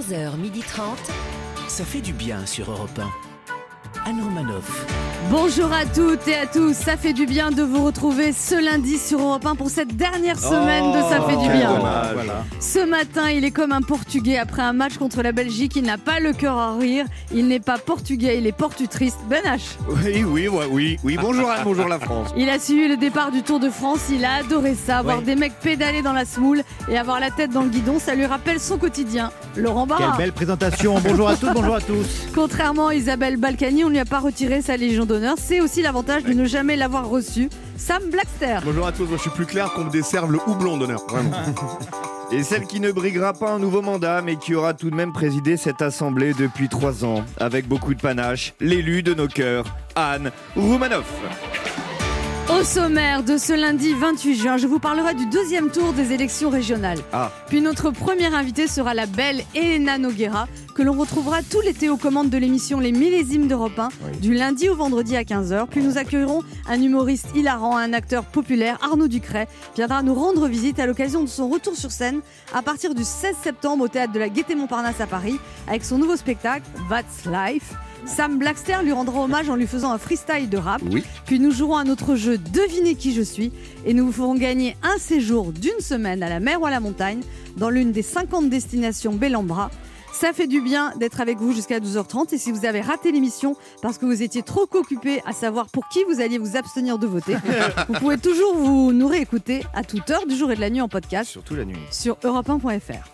11h30. Ça fait du bien sur Europe 1. Anne Romanoff. Bonjour à toutes et à tous, ça fait du bien de vous retrouver ce lundi sur Europe 1 pour cette dernière semaine de Ça fait du bien. Voilà. Ce matin, il est comme un Portugais après un match contre la Belgique, il n'a pas le cœur à rire, il n'est pas portugais, il est portu-triste. Ben H. Oui, bonjour Anne, bonjour la France. Il a suivi le départ du Tour de France, il a adoré ça, voir des mecs pédaler dans la semoule et avoir la tête dans le guidon, ça lui rappelle son quotidien. Laurent Barra. Quelle belle présentation, bonjour à toutes, bonjour à tous. Contrairement à Isabelle Balkany, on ne lui a pas retiré sa Légion d'honneur, c'est aussi l'avantage de ne jamais l'avoir reçu. Sam Blackster. Bonjour à tous, moi je suis plus clair qu'on me desserve le houblon d'honneur, vraiment. Et celle qui ne briguera pas un nouveau mandat, mais qui aura tout de même présidé cette assemblée depuis 3 ans, avec beaucoup de panache, l'élu de nos cœurs, Anne Romanoff. Au sommaire de ce lundi 28 juin, je vous parlerai du deuxième tour des élections régionales. Puis notre première invitée sera la belle Elena Noguera, que l'on retrouvera tout l'été aux commandes de l'émission Les Millésimes d'Europe 1, du lundi au vendredi à 15h. Puis nous accueillerons un humoriste hilarant, un acteur populaire, Arnaud Ducret, viendra nous rendre visite à l'occasion de son retour sur scène à partir du 16 septembre au théâtre de la Gaîté-Montparnasse à Paris, avec son nouveau spectacle That's Life. Sam Blackster lui rendra hommage en lui faisant un freestyle de rap. Puis nous jouerons un autre jeu, Devinez qui je suis, et nous vous ferons gagner un séjour d'une semaine à la mer ou à la montagne dans l'une des 50 destinations Bellambra. Ça fait du bien d'être avec vous jusqu'à 12h30, et si vous avez raté l'émission parce que vous étiez trop occupé à savoir pour qui vous alliez vous abstenir de voter, vous pouvez toujours nous réécouter à toute heure du jour et de la nuit en podcast. Surtout la nuit. Sur europe1.fr.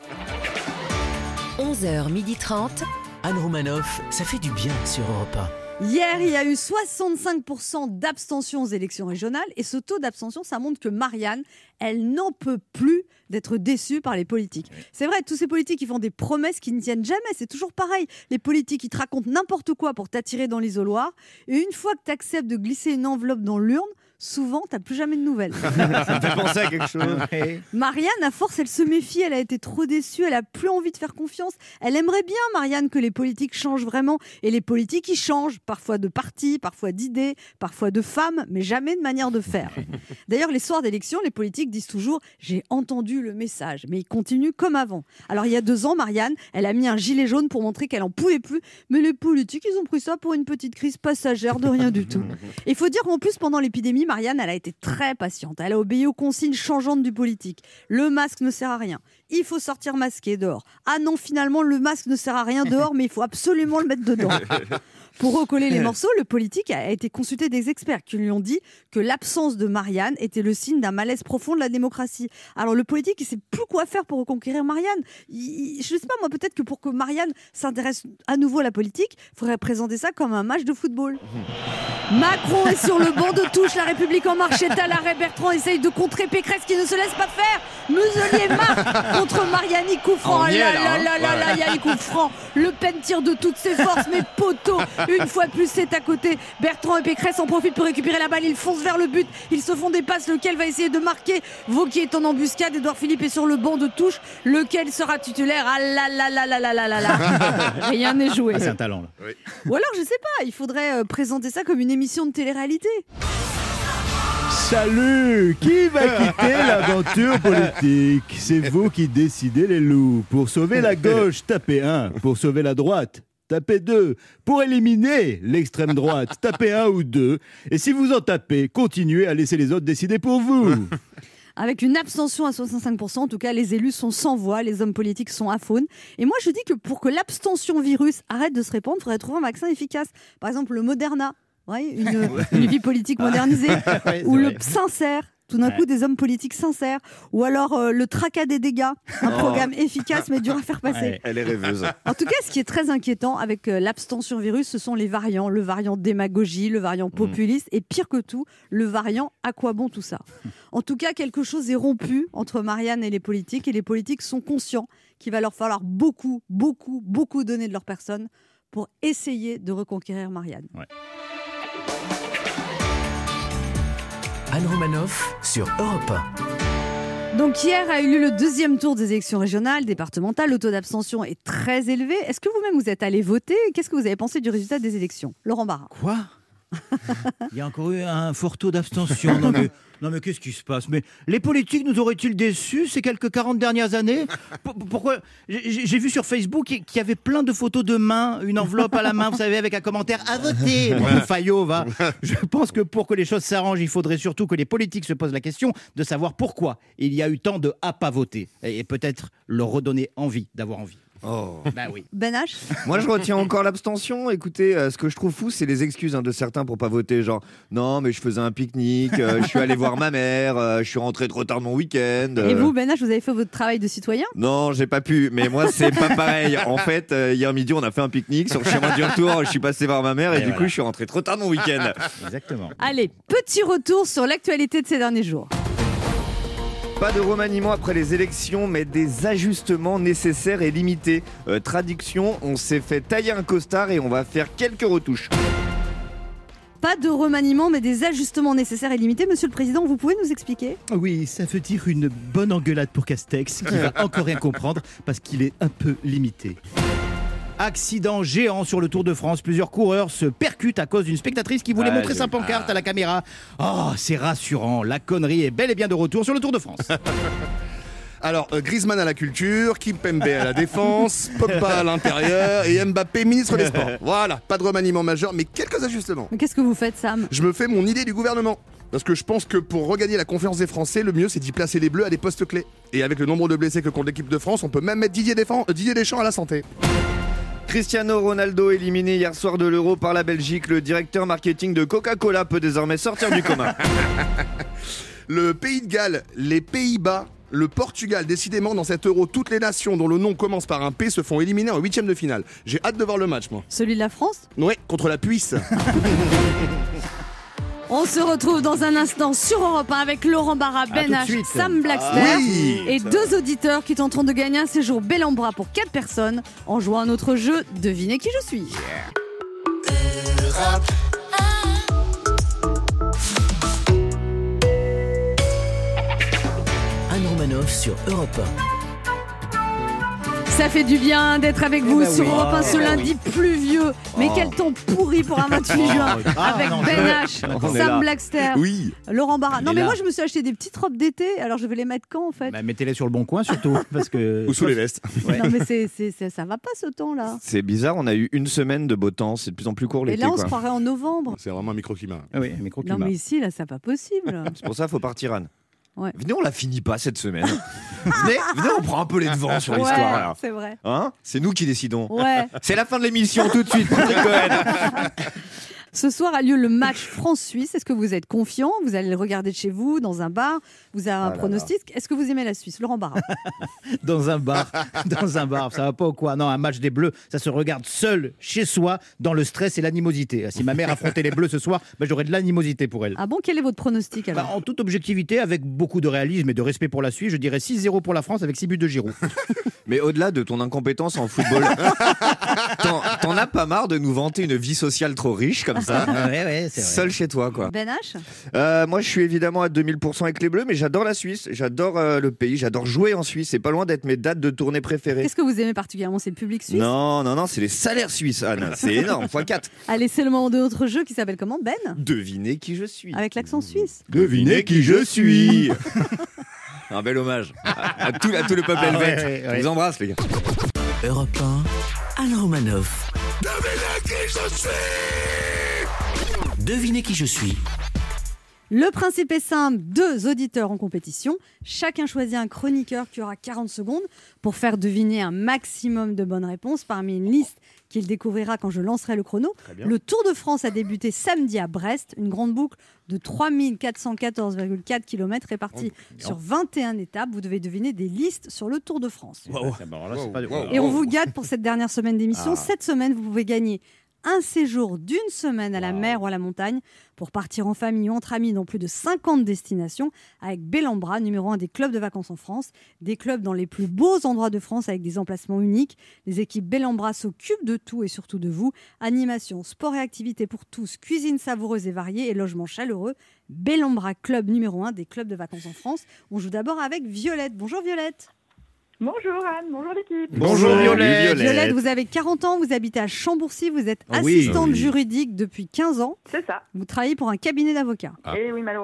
11h30. Anne Romanoff, ça fait du bien sur Europe 1. Hier, il y a eu 65% d'abstention aux élections régionales, et ce taux d'abstention, ça montre que Marianne, elle n'en peut plus d'être déçue par les politiques. C'est vrai, tous ces politiques qui font des promesses qui ne tiennent jamais, c'est toujours pareil. Les politiques, ils te racontent n'importe quoi pour t'attirer dans l'isoloir, et une fois que tu acceptes de glisser une enveloppe dans l'urne, souvent, t'as plus jamais de nouvelles. Ça me fait penser à quelque chose. Marianne, à force, elle se méfie, elle a été trop déçue, elle a plus envie de faire confiance. Elle aimerait bien, Marianne, que les politiques changent vraiment. Et les politiques, ils changent, parfois de parti, parfois d'idées, parfois de femmes, mais jamais de manière de faire. D'ailleurs, les soirs d'élection, les politiques disent toujours « j'ai entendu le message », mais ils continuent comme avant. Alors, il y a 2 ans, Marianne, elle a mis un gilet jaune pour montrer qu'elle en pouvait plus, mais les politiques, ils ont pris ça pour une petite crise passagère de rien du tout. Il faut dire qu'en plus, pendant l'épidémie, Marianne, elle a été très patiente. Elle a obéi aux consignes changeantes du politique. Le masque ne sert à rien. Il faut sortir masqué dehors. Ah non, finalement, le masque ne sert à rien dehors, mais il faut absolument le mettre dedans. Pour recoller les morceaux, le politique a été consulté des experts qui lui ont dit que l'absence de Marianne était le signe d'un malaise profond de la démocratie. Alors le politique, il ne sait plus quoi faire pour reconquérir Marianne. Je ne sais pas, moi, peut-être que pour que Marianne s'intéresse à nouveau à la politique, il faudrait présenter ça comme un match de football. Macron est sur le banc de touche, la République en marche est à l'arrêt. Bertrand essaye de contrer Pécresse qui ne se laisse pas faire. Muselier marque contre Mariani, coup franc. Il y a les coups francs. Le Pen tire de toutes ses forces, mais poteau. Une fois de plus, c'est à côté. Bertrand et Pécresse en profitent pour récupérer la balle. Ils foncent vers le but. Ils se font des passes. Lequel va essayer de marquer? Wauquiez est en embuscade. Édouard Philippe est sur le banc de touche. Lequel sera titulaire? Ah là là là là là là là là. Rien n'est joué. C'est un talent là. Oui. Ou alors, je sais pas, il faudrait présenter ça comme une émission de télé-réalité. Salut! Qui va quitter l'aventure politique? C'est vous qui décidez, les loups. Pour sauver la gauche, tapez 1. Pour sauver la droite, tapez 2. Pour éliminer l'extrême droite, tapez 1 ou 2. Et si vous en tapez, continuez à laisser les autres décider pour vous. Avec une abstention à 65%, en tout cas, les élus sont sans voix, les hommes politiques sont aphones. Et moi, je dis que pour que l'abstention virus arrête de se répandre, il faudrait trouver un vaccin efficace. Par exemple, le Moderna, une vie politique modernisée, ou le Sincère. Tout d'un coup, des hommes politiques sincères. Ou alors le tracas des dégâts, un programme efficace mais dur à faire passer. Elle est rêveuse. En tout cas, ce qui est très inquiétant avec l'abstention virus, ce sont les variants. Le variant démagogie, le variant populiste et pire que tout, le variant à quoi bon tout ça. En tout cas, quelque chose est rompu entre Marianne et les politiques sont conscients qu'il va leur falloir beaucoup, beaucoup, beaucoup donner de leur personne pour essayer de reconquérir Marianne. Ouais. Anne Romanoff sur Europe 1. Donc hier a eu lieu le deuxième tour des élections régionales, départementales. Le taux d'abstention est très élevé. Est-ce que vous-même vous êtes allé voter? Qu'est-ce que vous avez pensé du résultat des élections? Laurent Barra. Quoi? Il y a encore eu un fort taux d'abstention. Non, mais Non mais qu'est-ce qui se passe? Mais les politiques nous auraient-ils déçus ces quelques 40 dernières années? Pourquoi? J'ai vu sur Facebook qu'il y avait plein de photos de mains, une enveloppe à la main, vous savez, avec un commentaire à voter. Bon, Fayot, va. Je pense que pour que les choses s'arrangent, il faudrait surtout que les politiques se posent la question de savoir pourquoi il y a eu tant de à pas voter et peut-être leur redonner envie d'avoir envie. Oh. Ben oui. Ben H. Moi, je retiens encore l'abstention. Écoutez, ce que je trouve fou, c'est les excuses de certains pour pas voter. Genre, non, mais je faisais un pique-nique, je suis allé voir ma mère, je suis rentré trop tard mon week-end. Et vous, Ben H, vous avez fait votre travail de citoyen? Non, j'ai pas pu. Mais moi, c'est pas pareil. En fait, hier midi, on a fait un pique-nique. Sur le chemin du retour, je suis passé voir ma mère et du coup, je suis rentré trop tard mon week-end. Exactement. Allez, petit retour sur l'actualité de ces derniers jours. Pas de remaniement après les élections, mais des ajustements nécessaires et limités. Traduction, on s'est fait tailler un costard et on va faire quelques retouches. Pas de remaniement, mais des ajustements nécessaires et limités. Monsieur le Président, vous pouvez nous expliquer? Oui, ça veut dire une bonne engueulade pour Castex, qui va encore rien comprendre parce qu'il est un peu limité. Accident géant sur le Tour de France. Plusieurs coureurs se percutent à cause d'une spectatrice qui voulait montrer sa pancarte à la caméra. Oh, c'est rassurant. La connerie est bel et bien de retour sur le Tour de France. Alors, Griezmann à la culture, Kimpembe à la défense, Pogba à l'intérieur et Mbappé ministre des Sports. Voilà, pas de remaniement majeur, mais quelques ajustements. Mais qu'est-ce que vous faites, Sam? Je me fais mon idée du gouvernement. Parce que je pense que pour regagner la confiance des Français, le mieux c'est d'y placer les Bleus à des postes clés. Et avec le nombre de blessés que compte l'équipe de France, on peut même mettre Didier Deschamps à la santé. Cristiano Ronaldo éliminé hier soir de l'Euro par la Belgique. Le directeur marketing de Coca-Cola peut désormais sortir du coma. Le Pays de Galles, les Pays-Bas, le Portugal, décidément dans cet Euro, toutes les nations dont le nom commence par un P se font éliminer en 8e de finale. J'ai hâte de voir le match, moi. Celui de la France? Ouais, contre la Puisse. On se retrouve dans un instant sur Europe 1 avec Laurent Barra, Ben H, Sam Blackster et deux auditeurs qui tenteront de gagner un séjour Bellambra pour 4 personnes en jouant à notre jeu Devinez qui je suis. Anne Romanoff sur Europe 1. Ça fait du bien d'être avec vous sur Europe 1 ce lundi pluvieux. Mais quel temps pourri pour un 28 juin avec Ben H, Sam Blackster, Laurent Barra. Non mais moi je me suis acheté des petites robes d'été, alors je vais les mettre quand en fait? Mettez-les sur le bon coin surtout. Parce que... Ou sous les vestes. Ouais. Non mais ça va pas ce temps là. C'est bizarre, on a eu une semaine de beau temps, c'est de plus en plus court l'été. Et là on se croirait en novembre. C'est vraiment un microclimat. Oui, microclimat. Non mais ici là c'est pas possible. C'est pour ça qu'il faut partir, Anne. Ouais. Venez, on la finit pas cette semaine. venez, on prend un peu les devants sur l'histoire. Là. C'est vrai. Hein? C'est nous qui décidons. Ouais. C'est la fin de l'émission tout de suite. Ce soir a lieu le match France-Suisse. Est-ce que vous êtes confiant? Vous allez le regarder de chez vous, dans un bar. Vous avez un pronostic. Est-ce que vous aimez la Suisse? Laurent Barra. Dans un bar, ça va pas ou quoi? Non, un match des Bleus, ça se regarde seul, chez soi, dans le stress et l'animosité. Si ma mère affrontait les Bleus ce soir, j'aurais de l'animosité pour elle. Ah bon, quel est votre pronostic alors? En toute objectivité, avec beaucoup de réalisme et de respect pour la Suisse, je dirais 6-0 pour la France avec 6 buts de Giroud. Mais au-delà de ton incompétence en football, t'en as pas marre de nous vanter une vie sociale trop riche comme ça? Ouais, c'est vrai. Seul chez toi, quoi. Ben H? Moi, je suis évidemment à 2000% avec les Bleus, mais j'adore la Suisse, j'adore le pays, j'adore jouer en Suisse. C'est pas loin d'être mes dates de tournée préférées. Qu'est-ce que vous aimez particulièrement? C'est le public suisse? Non, c'est les salaires suisses, Anne. C'est énorme, x4. Allez, c'est le moment de notre jeu qui s'appelle comment, Ben? Devinez qui je suis. Avec l'accent suisse. Devinez qui je suis. Un bel hommage à tout le peuple helvète. Je vous embrasse, les gars. Europe 1, Anne Romanoff. Devinez qui je suis. Devinez qui je suis. Le principe est simple, 2 auditeurs en compétition. Chacun choisit un chroniqueur qui aura 40 secondes pour faire deviner un maximum de bonnes réponses parmi une liste qu'il découvrira quand je lancerai le chrono. Le Tour de France a débuté samedi à Brest, une grande boucle de 3414,4 km répartie sur 21 étapes. Vous devez deviner des listes sur le Tour de France. Et on vous gâte pour cette dernière semaine d'émission. Cette semaine, vous pouvez gagner un séjour d'une semaine à la mer ou à la montagne pour partir en famille ou entre amis dans plus de 50 destinations avec Bellambra, numéro 1 des clubs de vacances en France, des clubs dans les plus beaux endroits de France avec des emplacements uniques. Les équipes Bellambra s'occupent de tout et surtout de vous. Animation, sport et activités pour tous, cuisine savoureuse et variée et logement chaleureux. Bellambra, club numéro 1 des clubs de vacances en France. On joue d'abord avec Violette. Bonjour Violette. Bonjour Anne, bonjour l'équipe. Bonjour Violette. Violette, vous avez 40 ans, vous habitez à Chambourcy, vous êtes assistante juridique depuis 15 ans. C'est ça. Vous travaillez pour un cabinet d'avocats. Et oui, malheureusement.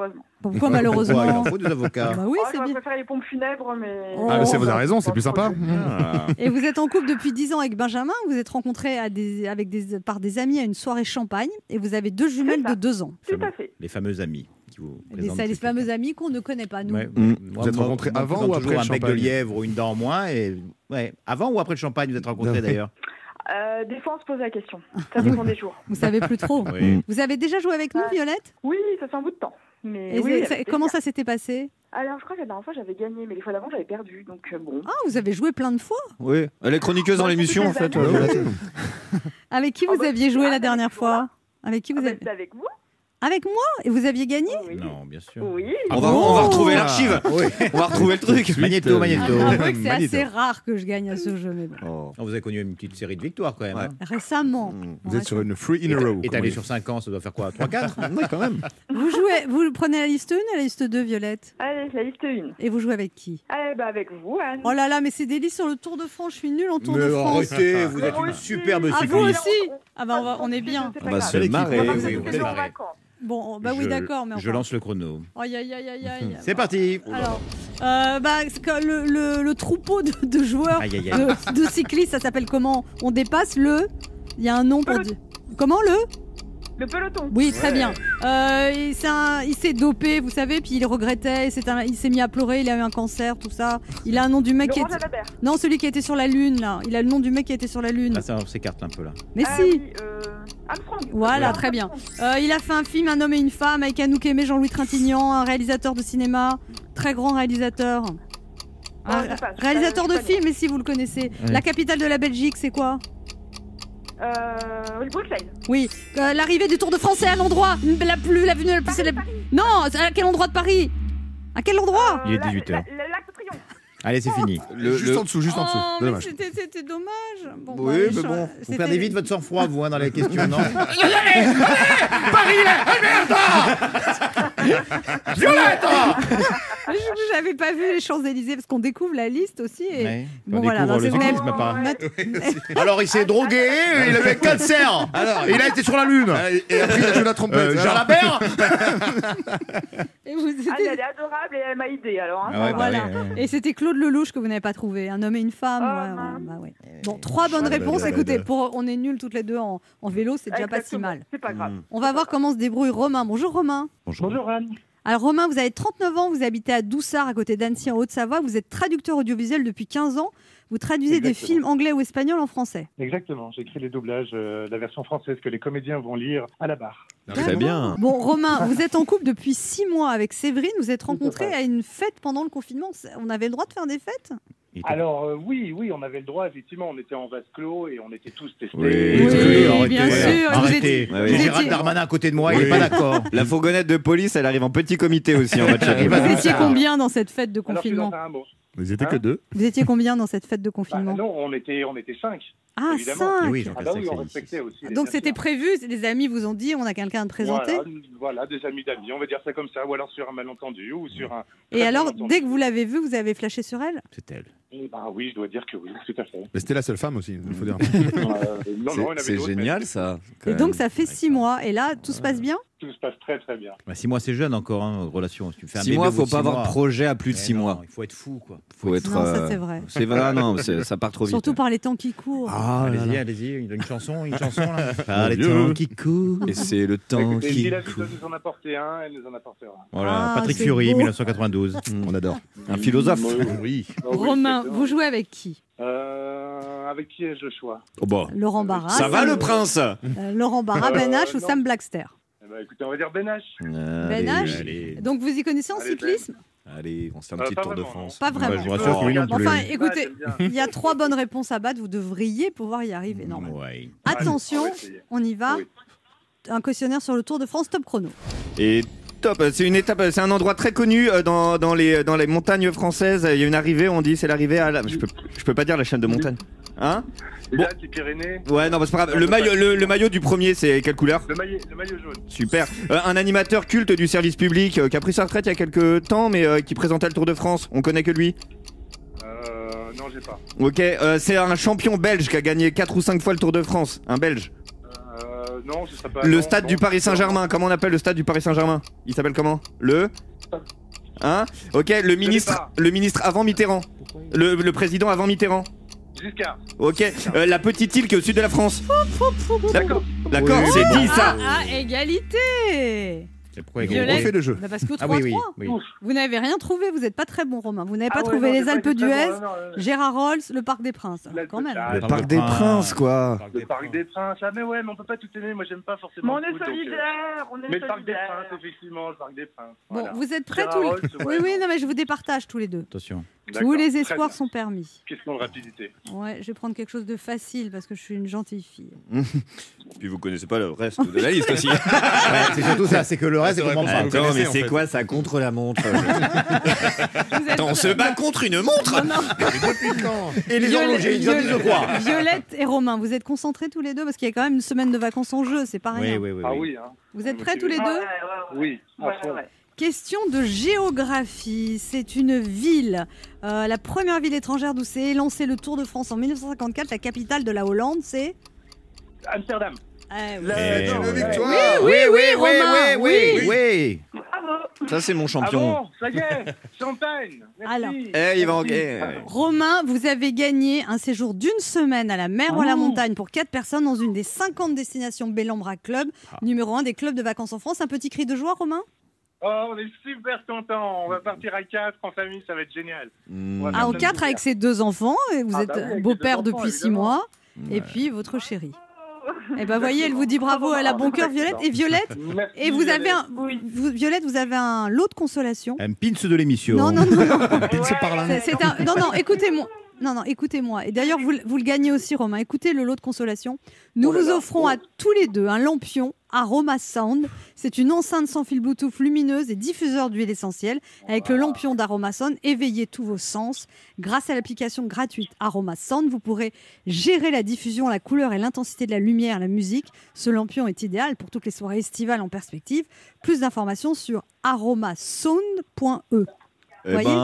Pourquoi malheureusement? Pourquoi? Il en faut des avocats. Bah oui, Oh, c'est j'aurais bien. préféré les pompes funèbres, mais. Oh. Ah, mais c'est vous avez raison, c'est plus sympa. Ah. Et vous êtes en couple depuis 10 ans avec Benjamin. Vous êtes rencontrés par des amis à une soirée champagne et vous avez 2 jumelles C'est ça. de 2 ans. Tout à fait. Les fameux amis qui vous Les présentent les ces fameux amis qu'on ne connaît pas, nous. Ouais. Vous êtes rencontrés avant ou après le un bec de champagne? lièvre ou une dent en moins et avant ou après le champagne vous êtes rencontrés d'ailleurs? Des fois, on se pose la question. Ça dépend des jours. Vous savez plus trop. Oui. Vous avez déjà joué avec nous, Violette? Oui, ça fait un bout de temps. Mais Et oui, comment ça s'était passé? Alors, je crois que la dernière fois, j'avais gagné, mais les fois d'avant, j'avais perdu. Donc, bon. Ah, vous avez joué plein de fois. Oui, elle est chroniqueuse dans l'émission en fait. Avec qui vous bah, aviez joué la avec dernière moi. fois? Avec qui vous avez... C'est avec vous? Avec moi? Et vous aviez gagné? Oui. Non, bien sûr. Oui. On va retrouver l'archive. On va retrouver le truc. Magnéto, Magnéto. Avouez que c'est Magnéto. assez rare que je gagne à ce jeu, mais bon. Oh. Oh, vous avez connu une petite série de victoires quand même. Ouais. Hein. Récemment. Vous êtes sur une free in a row. Et allé sur 5 ans, ça doit faire quoi? 3-4? Oui, quand même. Vous prenez la liste 1 et la liste 2, Violette? Allez, la liste 1. Et vous jouez avec qui? Allez, bah, avec vous, Anne. Oh là là, mais c'est des listes sur le Tour de France. Je suis nulle en Tour de France. arrêtez, vous êtes Moi une aussi. superbe Ah, vous cycliste. aussi? Ah bah on est bien. C'est On pas va grave. se marrer. On va oui, se oui, retrouver oui. en vacances. Bon, bah oui, d'accord, mais Je enfin. lance le chrono. Aïe, aïe, aïe, aïe, aïe. C'est parti. Alors, c'est que le troupeau de joueurs, Aïe, aïe, aïe. de cyclistes, ça s'appelle comment? On dépasse le... Il y a un nom pour dire... Comment Le peloton. Oui, très bien. Il s'est dopé, vous savez, puis il regrettait, il s'est mis à pleurer, il a eu un cancer, tout ça. Il a un nom du mec qui Laurent était... Jalabert. Non, celui qui était sur la Lune, là. Il a le nom du mec qui était sur la Lune. Là, ça s'écarte un peu là. Mais Ah si. oui, Armstrong. Voilà, Laurent très bien. Armstrong. Il a fait un film, Un homme et une femme, avec Anouk Aimé, Jean-Louis Trintignant, un réalisateur de cinéma, très grand réalisateur. Ah, je passe. Réalisateur de Je connais. film, et si vous le connaissez. Ouais. La capitale de la Belgique, c'est quoi? Oui, Bruxelles. Oui. L'arrivée du Tour de France est à l'endroit l'avenue la plus célèbre. Non, c'est à quel endroit de Paris? À quel endroit? Il est 18 heures. Le Lac de Triomphe. Allez, c'est fini. Juste en dessous, juste en dessous. Oh, C'est mais dommage. c'était dommage. Bon, Oui, mais bon. Vous perdez vite votre sang-froid, vous, dans les questions, non? Je n'avais pas vu les Champs-Élysées parce qu'on découvre la liste aussi. Et... Ouais. Bon, On voilà, découvre c'est le vrai. cyclisme, apparemment. Alors il s'est drogué, il avait cancer. Il a été sur la lune. Et après, il a joué la trompette. Jalabert. Et, vous Ah, elle est adorable et elle m'a aidé alors. Hein, Ah ouais, bah voilà. ouais, ouais. Et c'était Claude Lelouch que vous n'avez pas trouvé, un homme et une femme. Oh, ouais, mince. bah ouais. Bon, 3 bonnes réponses. Écoutez, on est nuls toutes les deux en vélo, c'est déjà pas si Exactement. mal. C'est pas grave. On va voir comment se débrouille Romain. Bonjour Romain. Bonjour Anne. Alors Romain, vous avez 39 ans, vous habitez à Doussard, à côté d'Annecy, en Haute-Savoie. Vous êtes traducteur audiovisuel depuis 15 ans. Vous traduisez des Exactement. films anglais ou espagnols en français. Exactement, j'écris les doublages, la version française que les comédiens vont lire à la barre. Très bien. Bon, Romain, vous êtes en couple depuis 6 mois avec Séverine. Vous êtes rencontrés à une fête pendant le confinement. On avait le droit de faire des fêtes? Il était- Alors oui, on avait le droit, effectivement, on était en vase clos et on était tous testés. Oui. Oui, arrêtez, bien sûr. Vous Arrêtez. étiez- Ouais, oui. J'ai vous Gérald étiez- Darmanin à côté de moi, il est pas d'accord. La fourgonnette de police, elle arrive en petit comité aussi en match. Vous étiez combien dans cette fête de Alors, je suis confinement? dans un mot. Ils étaient que deux. Vous étiez combien dans cette fête de Bah, confinement? non, on était 5. Ah, évidemment. 5. Oui, Ah bah oui, on respectait aussi. les Donc bien c'était sûr. prévu, les amis vous ont dit on a quelqu'un à te présenter. Voilà, des amis d'amis, on va dire ça comme ça, ou alors sur un malentendu, ou sur un... Et très alors, malentendu. dès que vous l'avez vue, vous avez flashé sur elle? C'est elle. Bah oui, je dois dire que oui, tout à fait. Mais c'était la seule femme aussi, il faut dire. Non, il y en avait C'est d'autres, génial ça. quand Et donc même. ça fait 6 mois. Et là, tout se passe bien? mais tout se passe très très bien. Bah, 6 mois, c'est jeune encore, hein, relation. Si tu fais un 6 bébé mois, au bout faut de pas 6 avoir mois. de projet à plus de Eh 6 non, mois. Il faut être fou, quoi. Faut être. Non, ça c'est vrai. C'est vrai, non, ça part trop vite. Surtout par les temps qui courent. Ah, là, Allez-y, là. allez-y, il a une chanson là. Par les Dieu. temps qui courent. Et c'est le temps Écoutez, qui si la vie court. doit nous en apporter un, elle nous en apportera. Voilà, Ah, Patrick c'est Fiori, beau. 1992. On adore. Un philosophe. Oui. Oh, oui, Romain, exactement. vous jouez avec qui? Avec qui ai-je le choix? Oh bah. Laurent Barra. Ça va Sam- le prince. Laurent Barra, Ben H ou non. Sam Blackster? Eh ben, écoutez, on va dire Ben H. Ben H. Allez. Donc vous y connaissez en Allez, cyclisme? Allez, on se fait un Pas petit tour de vraiment, France. Pas vraiment. Bah, je vous rassure que lui non plus. Enfin, Ouais, écoutez, j'aime bien. il y a 3 bonnes réponses à battre. Vous devriez pouvoir y arriver. Normalement. Ouais. Attention, on va essayer. on y va. Oui. Un questionnaire sur le Tour de France top chrono. Et top, c'est une étape, c'est un endroit très connu dans les montagnes françaises. Il y a une arrivée, on dit c'est l'arrivée à la... Je peux pas dire la chaîne de montagne. Hein? Les Bon. Alpes, les Pyrénées, Ouais, non, bah, c'est pas grave. Le maillot du premier, c'est quelle couleur? le maillot jaune. Super. Un animateur culte du service public qui a pris sa retraite il y a quelques temps, mais qui présentait le Tour de France. On connaît que lui. Non, j'ai pas. Ok, c'est un champion belge qui a gagné 4 ou 5 fois le Tour de France. Un belge. Non, ce serait pas. Le non, stade non. du Paris Saint-Germain. Comment on appelle le stade du Paris Saint-Germain? Il s'appelle comment? Le Hein? Ok, le ministre avant Mitterrand. Le président avant Mitterrand. Giscard. Ok, la petite île qui est au sud de la France. D'accord, Oui. c'est dit ça. Égalité. C'est pourquoi Violette. On fait le jeu. Bah parce que 3-3. Ah oui. Vous n'avez rien trouvé, vous n'êtes pas très bon, Romain. Vous n'avez pas Ah ouais, trouvé non, les j'ai pas Alpes été très d'Huez, bon, non, Gérard Rolls, le Parc des Princes. La- Quand même. Le Parc des Princes, quoi. Le Parc des Princes. Ah, mais ouais, mais on peut pas tout aimer. Moi, j'aime pas Mais forcément. on le est foot, donc, solidaires, on est Mais le Parc des solidaires. Princes, effectivement, le Parc des Princes. Bon, Voilà. vous êtes prêts Gérard tous les... Rolls, ouais, Oui, non. non, mais je vous départage tous les deux. Attention. Tous D'accord, les très espoirs bien. sont permis. Question de rapidité. Ouais, je vais prendre quelque chose de facile parce que je suis une gentille fille. Puis vous connaissez pas le reste de la liste aussi. Ouais, c'est surtout ça, c'est que le reste, c'est comprend pas. Vous Attends, connaissez, mais en c'est fait. quoi ça contre la montre? Vous êtes- Attends, on se bat contre une montre? Non, non. Et les horlogers, ils en disent quoi? Violette et Romain, vous êtes concentrés tous les deux parce qu'il y a quand même une semaine de vacances en jeu, c'est pas rien. Ah oui, hein. Vous êtes prêts tous les Ouais, deux ouais, ouais. Oui, à Ouais, fond. ouais. Question de géographie. C'est une ville, la première ville étrangère d'où s'est lancé le Tour de France en 1954. La capitale de la Hollande, c'est Amsterdam. Oui. C'est une victoire. Romain, oui. Bravo. Ça, c'est mon Ah champion. bon, ça y est, champagne. Merci. Alors. Il va en... Romain, vous avez gagné un séjour d'une semaine à la mer ou à la montagne pour 4 personnes dans une des 50 destinations Bellambra Club, numéro 1 des clubs de vacances en France. Un petit cri de joie, Romain? Oh, on est super contents. On va partir à 4 en famille, ça va être génial. On va Ah, faire en plein de 4 trucs. avec ses 2 enfants, et vous Ah êtes bah oui, avec beau-père les deux depuis enfants, 6 mois, et puis votre chérie. Et ben voyez, elle vous dit bravo, elle a bon cœur, Violette. Et Violette, Merci, et vous avez Violette. Violette, vous avez un lot de consolation. Un pins de l'émission. Non, non, non, non. Pince parlant. Non, écoutez-moi. Non, écoutez-moi. Et d'ailleurs, vous le gagnez aussi, Romain. Écoutez le lot de consolation. Nous vous offrons à tous les deux un lampion Aroma Sound. C'est une enceinte sans fil Bluetooth lumineuse et diffuseur d'huile essentielle. Avec le lampion d'Aroma Sound, éveillez tous vos sens. Grâce à l'application gratuite Aroma Sound, vous pourrez gérer la diffusion, la couleur et l'intensité de la lumière, la musique. Ce lampion est idéal pour toutes les soirées estivales en perspective. Plus d'informations sur aromasound.e. Voyez,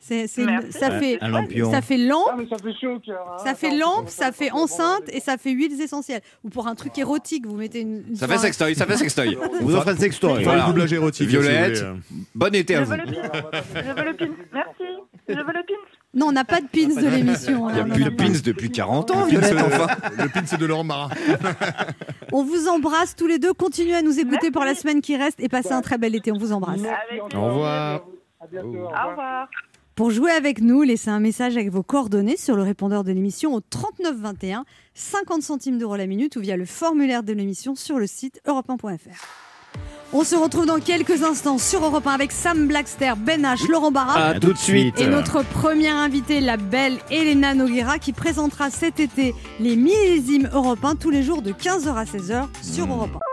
ça fait Un lampion. ça fait lampe, Ah, mais ça fait chaud au cœur. Hein. ça fait Attends, lampe, on ça va fait faire enceinte et ça fait huiles essentielles. Ou pour un truc érotique, vous mettez une Ça fait sextoy, ça fait sextoy. Vous offrez un sextoy. Voilà. Un doublage érotique. Violette. si vous voulez. Bon été Je à veux vous. le pin. Je veux le pin. Merci. Je veux le pin. Non, on n'a pas de pins de l'émission. Il n'y a là, plus on de en a pins depuis 40 ans, Le Violette, pin, enfin. Le pin, c'est de Laurent Marat. pas. On vous embrasse tous les deux. Continuez à nous écouter pour la semaine qui reste et passez un très bel été. On vous embrasse. Avec Au revoir. À bientôt. Au revoir. Pour jouer avec nous, laissez un message avec vos coordonnées sur le répondeur de l'émission au 39 21, 50 centimes d'euros la minute ou via le formulaire de l'émission sur le site europe1.fr. On se retrouve dans quelques instants sur Europe 1 avec Sam Blackster, Ben H, Laurent Barra. À tout de suite. Et notre première invitée, la belle Elena Noguera, qui présentera cet été les millésimes Europe 1 tous les jours de 15h à 16h sur Europe 1.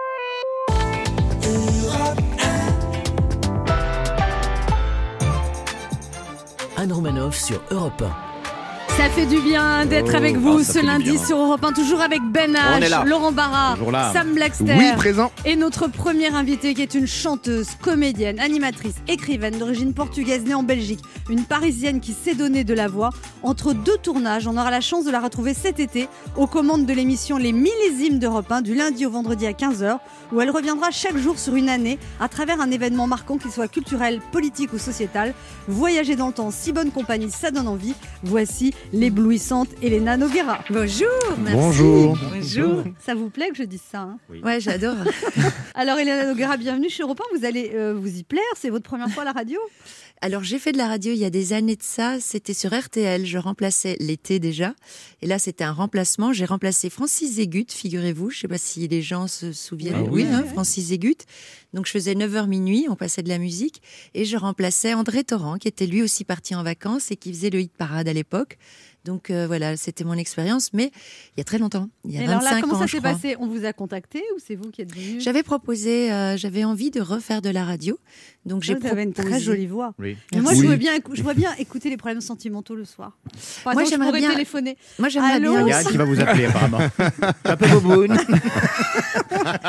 Anne Romanoff sur Europe 1. Ça fait du bien d'être avec vous ça ce fait du lundi bien. sur Europe 1, toujours avec Ben On est H, là. Laurent Barra, Toujours là. Sam Blackster. Oui, présent. Et notre première invitée qui est une chanteuse, comédienne, animatrice, écrivaine d'origine portugaise née en Belgique. Une Parisienne qui s'est donnée de la voix. Entre 2 tournages, on aura la chance de la retrouver cet été aux commandes de l'émission Les Millésimes d'Europe 1 du lundi au vendredi à 15h où elle reviendra chaque jour sur une année à travers un événement marquant qu'il soit culturel, politique ou sociétal. Voyager dans le temps, si bonne compagnie, ça donne envie. Voici l'éblouissante Elena Noguera. Bonjour, merci. Bonjour. Bonjour. Ça vous plaît que je dise ça, hein? Ouais, j'adore. Alors Elena Noguera, bienvenue chez Europe 1. Vous allez vous y plaire, c'est votre première fois à la radio? Alors, j'ai fait de la radio il y a des années de ça. C'était sur RTL. Je remplaçais l'été déjà. Et là, c'était un remplacement. J'ai remplacé Francis Zégut, figurez-vous. Je ne sais pas si les gens se souviennent. Ah oui. Francis Zégut. Donc, je faisais 9h minuit. On passait de la musique. Et je remplaçais André Torrent, qui était lui aussi parti en vacances et qui faisait le hit parade à l'époque. Donc voilà, c'était mon expérience, mais il y a très longtemps, il y a Et 25 alors là, comment ans, ça je s'est crois. passé? On vous a contacté ou c'est vous qui êtes venu? J'avais proposé, j'avais envie de refaire de la radio, donc j'ai Vous avez une très proposé. jolie voix. Oui. Mais moi, Oui. je vois bien écouter les problèmes sentimentaux le soir. Par Moi, exemple, je j'aimerais pourrais bien- téléphoner. Moi, j'aimerais Allô bien. Il y a aussi. un qui va vous appeler apparemment. Un peu boboune.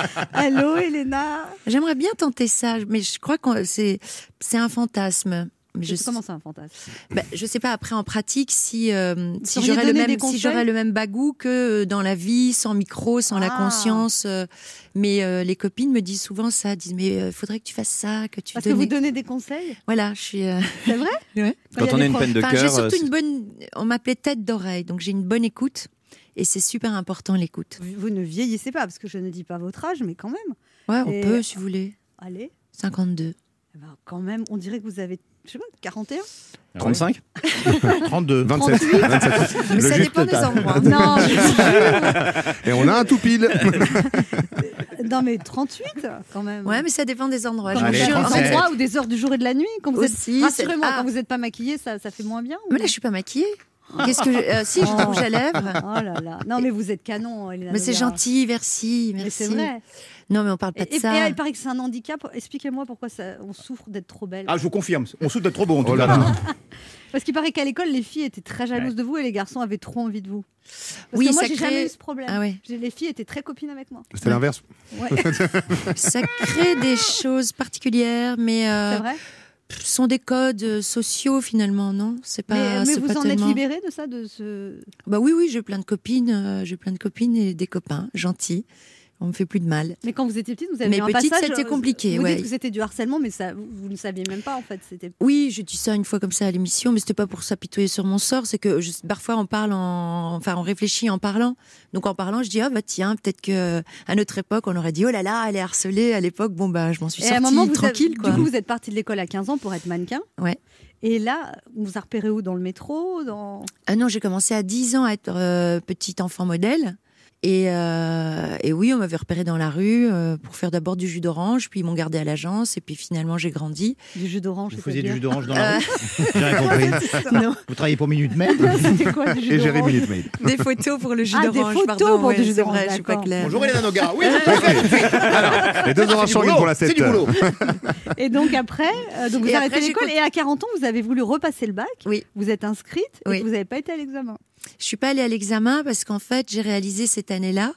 Allô, Elena. J'aimerais bien tenter ça, mais je crois que c'est un fantasme. Mais Comment ça, un fantasme? Je sais pas, après en pratique, si sauriez j'aurais donner des conseils le même bagou que dans la vie, sans micro, sans la conscience. Mais les copines me disent souvent ça, disent mais faudrait que tu fasses ça, que tu Parce que vous donnez des conseils? Voilà, je suis... C'est vrai? Ouais. Quand on a une peine de cœur... J'ai surtout une bonne... On m'appelait tête d'oreille, donc j'ai une bonne écoute. Et c'est super important, l'écoute. Vous ne vieillissez pas, parce que je ne dis pas votre âge, mais quand même. Ouais, on peut, si vous voulez. Allez. 52. Eh ben, quand même, on dirait que vous avez, je sais pas, 41? 35 32 27. 27. Mais ça dépend des endroits. Non, Et on a un tout pile. non, mais 38 quand même. Ouais, mais ça dépend des endroits. Quand Allez, vous êtes 37. endroits ou des heures du jour et de la nuit, quand vous Aussi, êtes... Rassurez-moi, c'est- quand vous n'êtes pas maquillée, ça fait moins bien? Mais là, je suis pas maquillée. Qu'est-ce que si, j'ai du rouge à lèvres. Oh là là. Non, mais vous êtes canon, Elena Mais c'est Noguera. gentil, merci. Mais c'est Merci. vrai. Non, mais on parle pas de Et ça. il paraît que c'est un handicap. Expliquez-moi pourquoi on souffre d'être trop belle. Ah, je vous confirme, on souffre d'être trop beau en tout Oh là cas. là. Parce qu'il paraît qu'à l'école, les filles étaient très jalouses de vous et les garçons avaient trop envie de vous. Parce Oui, que moi, ça j'ai crée- jamais eu ce problème. Ah ouais. Les filles étaient très copines avec moi. C'était l'inverse. Ouais. Ça crée des choses particulières, mais C'est vrai. ce sont des codes sociaux finalement, non? C'est pas. Mais c'est vous pas en tellement... êtes libérée de ça, de ce... Bah oui, j'ai plein de copines, et des copains gentils. On me fait plus de mal. Mais quand vous étiez petite, vous avez Mais eu un petite, passage... c'était compliqué, Vous ouais. dites que c'était du harcèlement, mais ça, vous ne saviez même pas en fait. C'était... Oui, j'ai dit ça une fois comme ça à l'émission, mais c'était pas pour s'apitoyer sur mon sort. C'est que parfois on parle on réfléchit en parlant. Donc en parlant, je dis tiens, peut-être que à notre époque, on aurait dit oh là là, elle est harcelée. À l'époque, bon bah je m'en suis Et à un sortie moment, tranquille quoi. Du coup, vous êtes partie de l'école à 15 ans pour être mannequin. Ouais. Et là, on vous a repéré où? Dans le métro? Ah non, j'ai commencé à 10 ans à être petite enfant modèle. Et oui, on m'avait repéré dans la rue pour faire d'abord du jus d'orange, puis ils m'ont gardé à l'agence, et puis finalement j'ai grandi. Du jus d'orange. Vous faisiez du c'est-à-dire jus d'orange dans la rue? J'ai rien compris. Non, Vous travaillez pour Minute Maid? C'était quoi du jus Et d'orange? Jérémy Litmaid. des photos pour le jus Ah, des d'orange, photos pardon. pour du jus c'est d'orange, vrai, je suis pas d'accord. claire. Bonjour Elena Noguera. Oui, je fais tout de suite. Alors, Les deux oranges c'est du sanguines boulot, pour la c'est 7. du boulot. Et donc après, vous Et arrêtez après, l'école et à 40 ans, vous avez voulu repasser le bac. Oui. Vous êtes inscrite et Oui. vous n'avez pas été à l'examen. Je suis pas allée à l'examen parce qu'en fait, j'ai réalisé cette année-là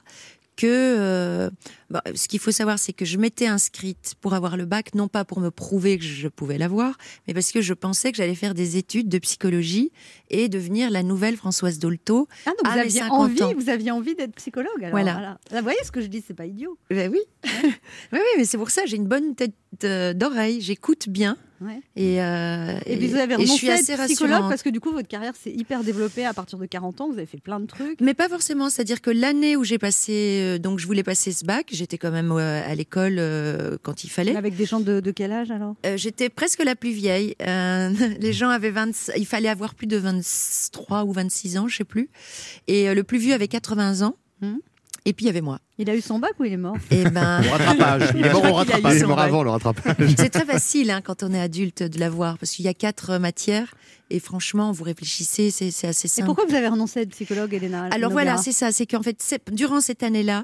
que ce qu'il faut savoir, c'est que je m'étais inscrite pour avoir le bac, non pas pour me prouver que je pouvais l'avoir, mais parce que je pensais que j'allais faire des études de psychologie et devenir la nouvelle Françoise Dolto. Ah, donc À mes 50 ans. vous aviez envie d'être psychologue. Alors, Voilà. Là, vous voyez ce que je dis, c'est pas idiot. Ben oui. Oui, mais c'est pour ça, j'ai une bonne tête d'oreille, j'écoute bien. Ouais. Et puis vous avez je renoncé suis à assez être psychologue rassurante. parce que du coup, votre carrière s'est hyper développée à partir de 40 ans. Vous avez fait plein de trucs. Mais pas forcément, c'est-à-dire que l'année où j'ai passé, donc je voulais passer ce bac, j'étais quand même à l'école quand il fallait. Avec des gens de quel âge alors? J'étais presque la plus vieille. Les gens avaient il fallait avoir plus de 23 ou 26 ans, je sais plus. Et le plus vieux avait 80 ans. Et puis il y avait moi. Il a eu son bac ou il est mort? Et ben, Au rattrapage. Il est mort au Il a eu rattrapage. Il est son mort bac. avant le rattrapage. c'est très facile quand on est adulte de l'avoir parce qu'il y a 4 matières et franchement, vous réfléchissez, c'est assez Et simple. pourquoi vous avez renoncé à être psychologue, Elena? Alors voilà, c'est ça, c'est qu'en fait, durant cette année-là,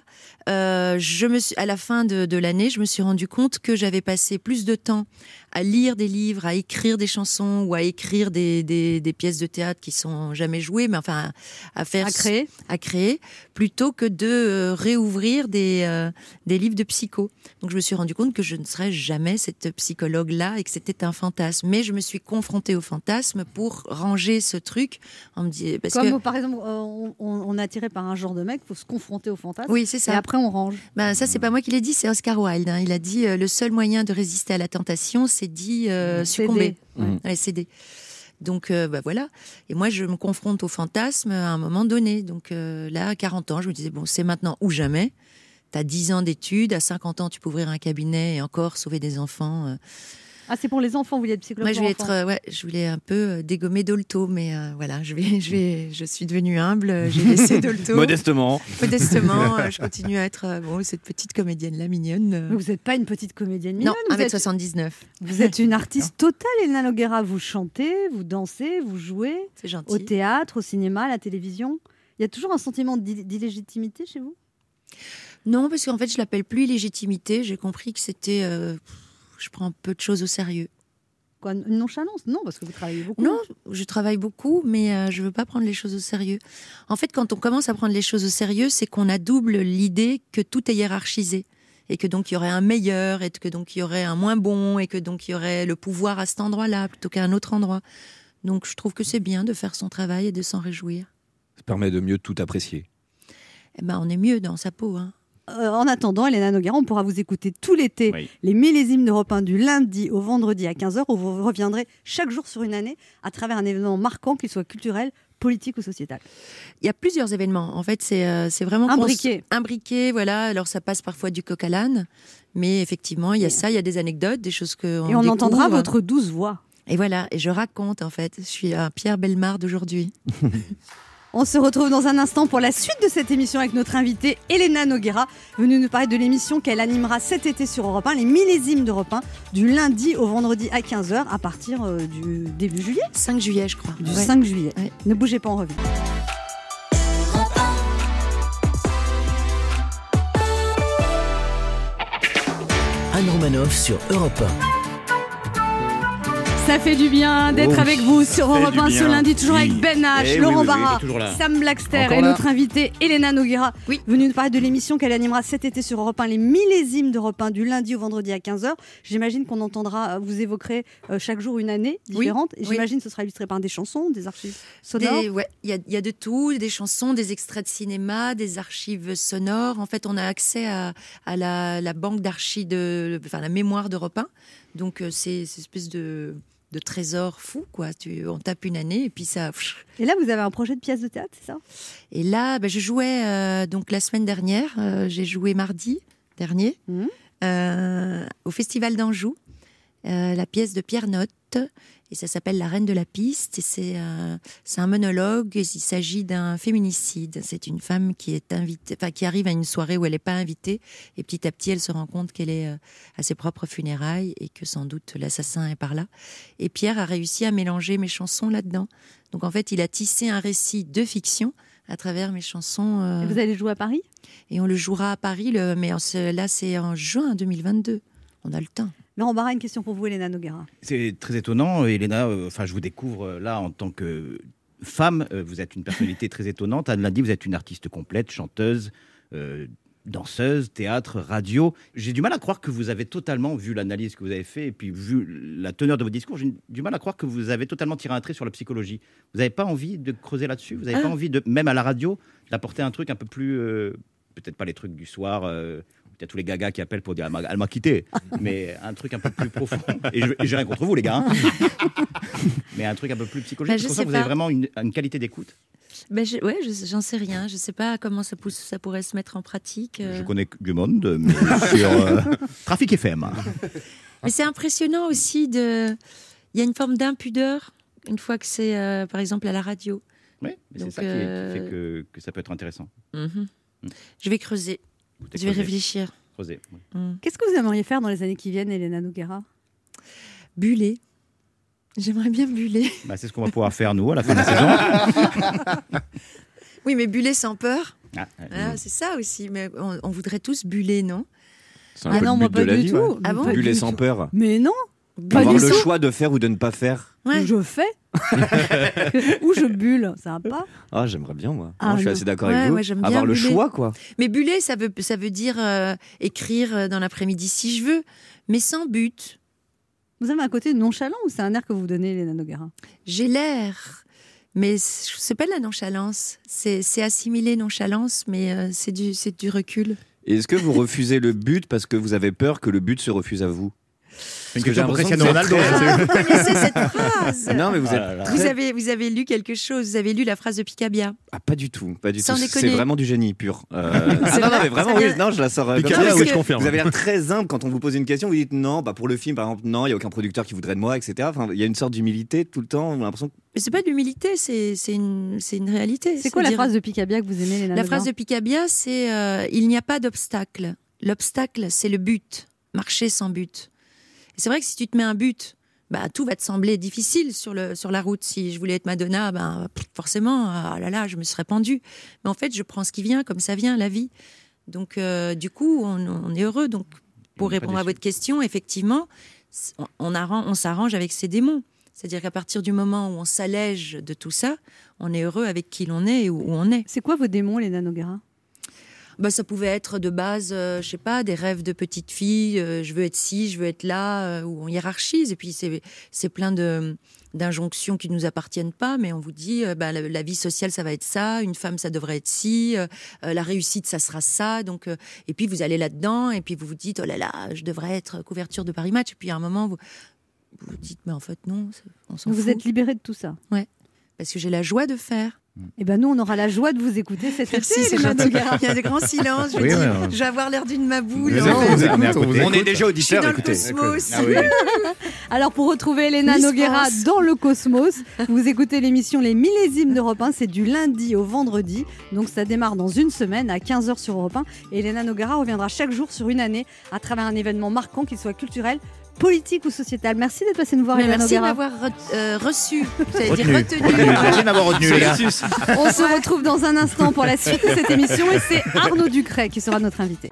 à la fin de l'année, je me suis rendu compte que j'avais passé plus de temps à lire des livres, à écrire des chansons ou à écrire des pièces de théâtre qui sont jamais jouées, mais enfin à créer, plutôt que de réouvrir des livres de psycho. Donc je me suis rendu compte que je ne serais jamais cette psychologue-là et que c'était un fantasme. Mais je me suis confrontée au fantasme pour ranger ce truc. On me dit Par exemple, on est attiré par un genre de mec, il faut se confronter au fantasme. Oui, c'est ça. Et après, on range. Ben, ça, c'est pas moi qui l'ai dit, c'est Oscar Wilde. Il a dit le seul moyen de résister à la tentation, c'est d'y succomber. Ouais, céder. Donc voilà. Et moi, je me confronte au fantasme à un moment donné. Donc là, à 40 ans, je me disais, bon, c'est maintenant ou jamais. Tu as 10 ans d'études, à 50 ans, tu peux ouvrir un cabinet et encore sauver des enfants. Ah, c'est pour les enfants, vous voulez être psychologue? Moi, je pour voulais enfants. je voulais un peu dégommer Dolto, mais voilà, je suis devenue humble, j'ai laissé Dolto. Modestement. Modestement, je continue à être cette petite comédienne-là, mignonne. Mais vous n'êtes pas une petite comédienne mignonne. Non, vous êtes- 1m79. Vous êtes une artiste totale, Elena Noguera. Vous chantez, vous dansez, vous jouez C'est gentil. au théâtre, au cinéma, à la télévision. Il y a toujours un sentiment d'illégitimité chez vous? Non, parce qu'en fait, je l'appelle plus illégitimité. J'ai compris que c'était... je prends peu de choses au sérieux. Quoi, une nonchalance? Non, parce que vous travaillez beaucoup. Non, je travaille beaucoup, mais je veux pas prendre les choses au sérieux. En fait, quand on commence à prendre les choses au sérieux, c'est qu'on a double l'idée que tout est hiérarchisé. et que donc il y aurait un meilleur, et que donc il y aurait un moins bon, et que donc il y aurait le pouvoir à cet endroit-là plutôt qu'à un autre endroit. Donc je trouve que c'est bien de faire son travail et de s'en réjouir. Ça permet de mieux tout apprécier. Eh ben, on est mieux dans sa peau. Hein. En attendant, Elena Noguera, on pourra vous écouter tout l'été, les millésimes d'Europe 1 du lundi au vendredi à 15h, où vous reviendrez chaque jour sur une année à travers un événement marquant, qu'il soit culturel, politique ou sociétal. Il y a plusieurs événements. En fait, c'est vraiment imbriqué. Voilà. Alors, ça passe parfois du coq à l'âne, mais effectivement, il y a ça, il y a des anecdotes, des choses que Et on entendra votre douce voix. Et voilà, et je raconte, en fait. Je suis un Pierre Bellemare d'aujourd'hui. On se retrouve dans un instant pour la suite de cette émission avec notre invitée Elena Noguera, venue nous parler de l'émission qu'elle animera cet été sur Europe 1, les millésimes d'Europe 1, du lundi au vendredi à 15h à partir du début juillet. 5 juillet, je crois. Du 5 juillet. Ouais. Ne bougez pas, on revient. Anne Romanoff sur Europe 1. Ça fait du bien d'être avec vous sur Europe 1 ce lundi, toujours avec Ben H, Laurent Barra, Sam Blackster et notre invitée Elena Noguera, venue nous parler de l'émission qu'elle animera cet été sur Europe 1, les millésimes d'Europe 1, du lundi au vendredi à 15h. J'imagine qu'on entendra, vous évoquerez chaque jour une année différente. Et j'imagine que ce sera illustré par des chansons, des archives sonores. Il y a de tout, des chansons, des extraits de cinéma, des archives sonores. En fait, on a accès à la banque d'archives, la mémoire d'Europe 1. Donc, c'est cette espèce de trésor fou, quoi. On tape une année et puis ça... Et là, vous avez un projet de pièce de théâtre, c'est ça? Et là, je jouais donc la semaine dernière, j'ai joué mardi dernier au Festival d'Anjou, la pièce de Pierre Notte, et ça s'appelle La Reine de la Piste, et c'est un monologue, il s'agit d'un féminicide. C'est une femme qui est invitée, qui arrive à une soirée où elle n'est pas invitée, et petit à petit elle se rend compte qu'elle est à ses propres funérailles et que sans doute l'assassin est par là. Et Pierre a réussi à mélanger mes chansons là-dedans. Donc en fait, il a tissé un récit de fiction à travers mes chansons. Et vous allez jouer à Paris? Et on le jouera à Paris, mais là c'est en juin 2022. On a le temps. Laurent Barra, une question pour vous, Elena Noguera. C'est très étonnant, Elena. Je vous découvre là en tant que femme. Vous êtes une personnalité très étonnante. Anne l'a dit, vous êtes une artiste complète, chanteuse, danseuse, théâtre, radio. J'ai du mal à croire que vous avez totalement vu l'analyse que vous avez fait et puis vu la teneur de vos discours. J'ai du mal à croire que vous avez totalement tiré un trait sur la psychologie. Vous n'avez pas envie de creuser là-dessus? Vous n'avez pas envie, même à la radio, d'apporter un truc un peu plus... peut-être pas les trucs du soir... Il y a tous les gagas qui appellent pour dire elle m'a quitté, mais un truc un peu plus profond. Et j'ai rien contre vous, les gars. Hein. Mais un truc un peu plus psychologique. Je pense que vous avez vraiment une qualité d'écoute. J'en sais rien. Je sais pas comment ça pourrait se mettre en pratique. Je connais du monde, mais sur Trafic FM. Mais c'est impressionnant aussi il y a une forme d'impudeur une fois que c'est, par exemple, à la radio. Oui, mais c'est ça qui fait que ça peut être intéressant. Je vais creuser. Je vais réfléchir. Creuser. Qu'est-ce que vous aimeriez faire dans les années qui viennent, Elena Noguera? Buller. J'aimerais bien buller. C'est ce qu'on va pouvoir faire, nous, à la fin de la saison. Oui, mais buller sans peur. C'est ça aussi. Mais on voudrait tous buller, non? C'est un peu le but de la vie. Buller sans peur. Mais non. Avoir le choix de faire ou de ne pas faire. Je fais. Ou je bulle, ça va pas? Ah, j'aimerais bien, moi. Je suis assez d'accord avec vous. Avoir buller. Le choix, quoi. Mais buller, ça veut dire écrire dans l'après-midi si je veux, mais sans but. Vous avez un côté nonchalant ou c'est un air que vous donnez, Elena Noguera? J'ai l'air, mais c'est pas de la nonchalance. C'est assimiler nonchalance, mais c'est du recul. Et est-ce que vous refusez le but parce que vous avez peur que le but se refuse à vous? Une question pour Cristiano Ronaldo. Vous connaissez cette phrase? Non, mais vous avez lu quelque chose. Vous avez lu la phrase de Picabia? Ah, pas du tout, pas du Sans tout. déconner. C'est vraiment du génie pur. Non, mais vraiment, oui, non, je la sors. Picabia, oui, je confirme. Vous avez l'air très humble quand on vous pose une question. Vous dites non, pour le film, par exemple, non, il y a aucun producteur qui voudrait de moi, etc. Enfin, il y a une sorte d'humilité tout le temps. On a l'impression. Mais c'est pas de l'humilité, c'est une réalité. C'est quoi la phrase de Picabia que vous aimez, Elena Noguera? La phrase de Picabia, c'est il n'y a pas d'obstacle. L'obstacle, c'est le but. Marcher sans but. Et c'est vrai que si tu te mets un but, tout va te sembler difficile sur la route. Si je voulais être Madonna, forcément, je me serais pendue. Mais en fait, je prends ce qui vient comme ça vient, la vie. Donc, du coup, on est heureux. Donc, pour répondre à votre question, effectivement, on s'arrange avec ses démons. C'est-à-dire qu'à partir du moment où on s'allège de tout ça, on est heureux avec qui l'on est et où on est. C'est quoi vos démons, Elena Noguera? Ça pouvait être de base, je sais pas, des rêves de petite fille, je veux être ci, je veux être là, où on hiérarchise. Et puis c'est plein d'injonctions qui ne nous appartiennent pas, mais on vous dit, la vie sociale, ça va être ça, une femme, ça devrait être ci, la réussite, ça sera ça. Donc, et puis vous allez là-dedans, et puis vous vous dites, oh là là, je devrais être couverture de Paris Match. Et puis à un moment, vous vous dites, mais en fait non, on s'en fout. Vous êtes libéré de tout ça. Ouais, parce que j'ai la joie de faire. Et nous, on aura la joie de vous écouter cet Merci, été, c'est Elena gentil. Noguera. Il y a des grands silences. Je vais avoir l'air d'une maboule. On est déjà auditeurs, dans écoutez. le cosmos. Ah oui. Alors, pour retrouver Elena Miss Noguera France. dans le cosmos, vous écoutez l'émission Les Millésimes d'Europe 1. C'est du lundi au vendredi. Donc, ça démarre dans une semaine à 15h sur Europe 1. Et Elena Noguera reviendra chaque jour sur une année à travers un événement marquant, qu'il soit culturel, politique ou sociétal. Merci d'être passé nous voir, Elena Merci de Noguera. m'avoir reçu. J'allais dire retenu. Merci de m'avoir retenu, les gars. On se retrouve dans un instant pour la suite de cette émission et c'est Arnaud Ducret qui sera notre invité.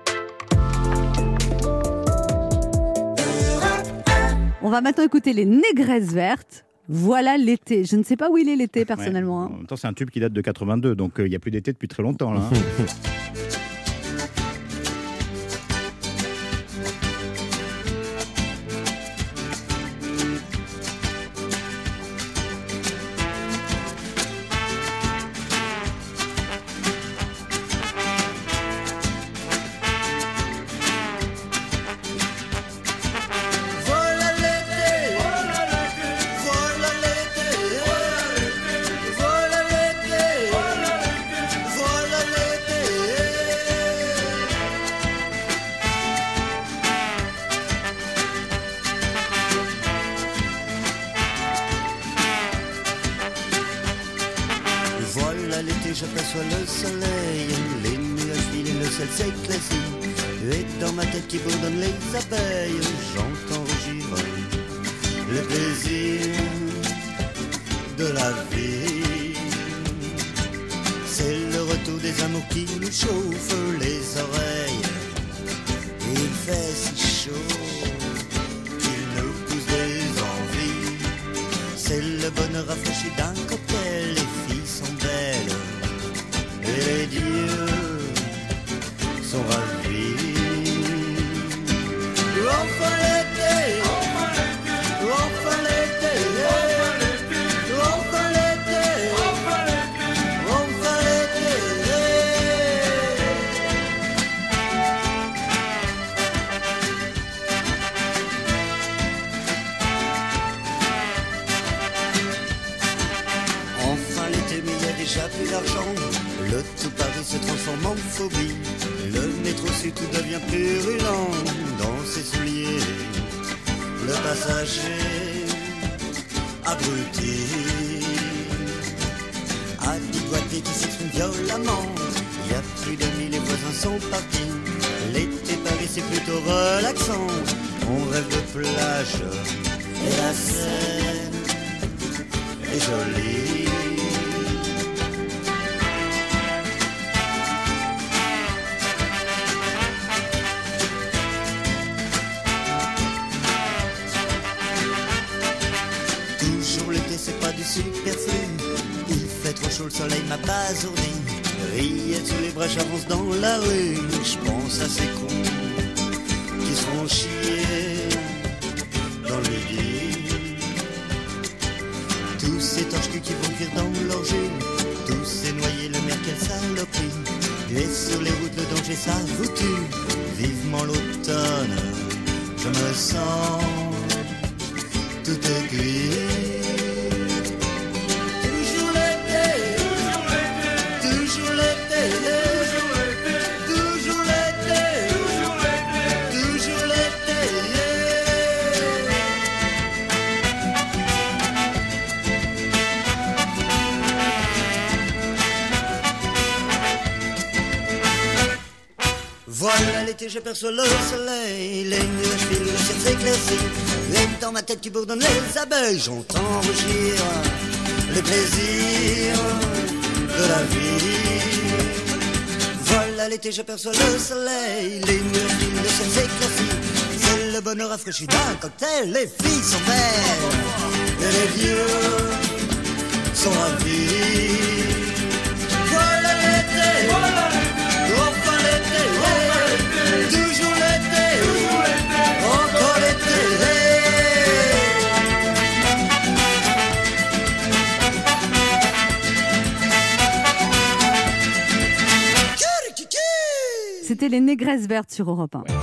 On va maintenant écouter les Négresses Vertes. Voilà l'été. Je ne sais pas où il est l'été personnellement. En même temps, c'est un tube qui date de 82, donc il n'y a plus d'été depuis très longtemps. Là, hein. Voilà l'été, j'aperçois le soleil, les nuages filent et le ciel s'éclaircit. Et dans ma tête qui bourdonne les abeilles, j'entends rugir le plaisir de la vie. C'est le retour des amours qui nous chauffent les oreilles. Et il fait si chaud qu'il nous pousse des envies. C'est le bonheur rafraîchi d'un cocktail. Les filles sont belles et les dieux sont ravis. Enfin l'été, enfin l'été, enfin l'été, enfin l'été. Enfin l'été, mais il y a déjà plus d'argent. Le tout Paris se transforme en phobie. Le métro sud tout devient purulent dans ses souliers. Le passager abruti a dit doigté qui s'exprime violemment. Il y a plus d'amis, les voisins sont partis. L'été Paris c'est plutôt relaxant. On rêve de plage et la Seine est jolie. C'est pas du superflu. Il fait trop chaud, le soleil m'a basourdi. Rillettes sous les bras, j'avance dans la rue. Je pense à ces cons qui seront chiés dans le lit. Tous ces torches qui vont cuire dans leur jus. Tous ces noyés, le mer, quelle saloperie. Et sur les routes, le danger, ça vous tue. Vivement l'automne, je me sens tout aiguille. Voilà l'été, j'aperçois le soleil, les nuages filent, le ciel s'éclaircit. Et dans ma tête qui bourdonne les abeilles, j'entends rugir le plaisir de la vie. Voilà l'été, j'aperçois le soleil, les nuages filent, le ciel s'éclaircit. C'est le bonheur rafraîchi d'un cocktail, les filles sont belles et les vieux sont ravis. Voilà l'été, enfin l'été. C'était les Négresses vertes sur Europe 1.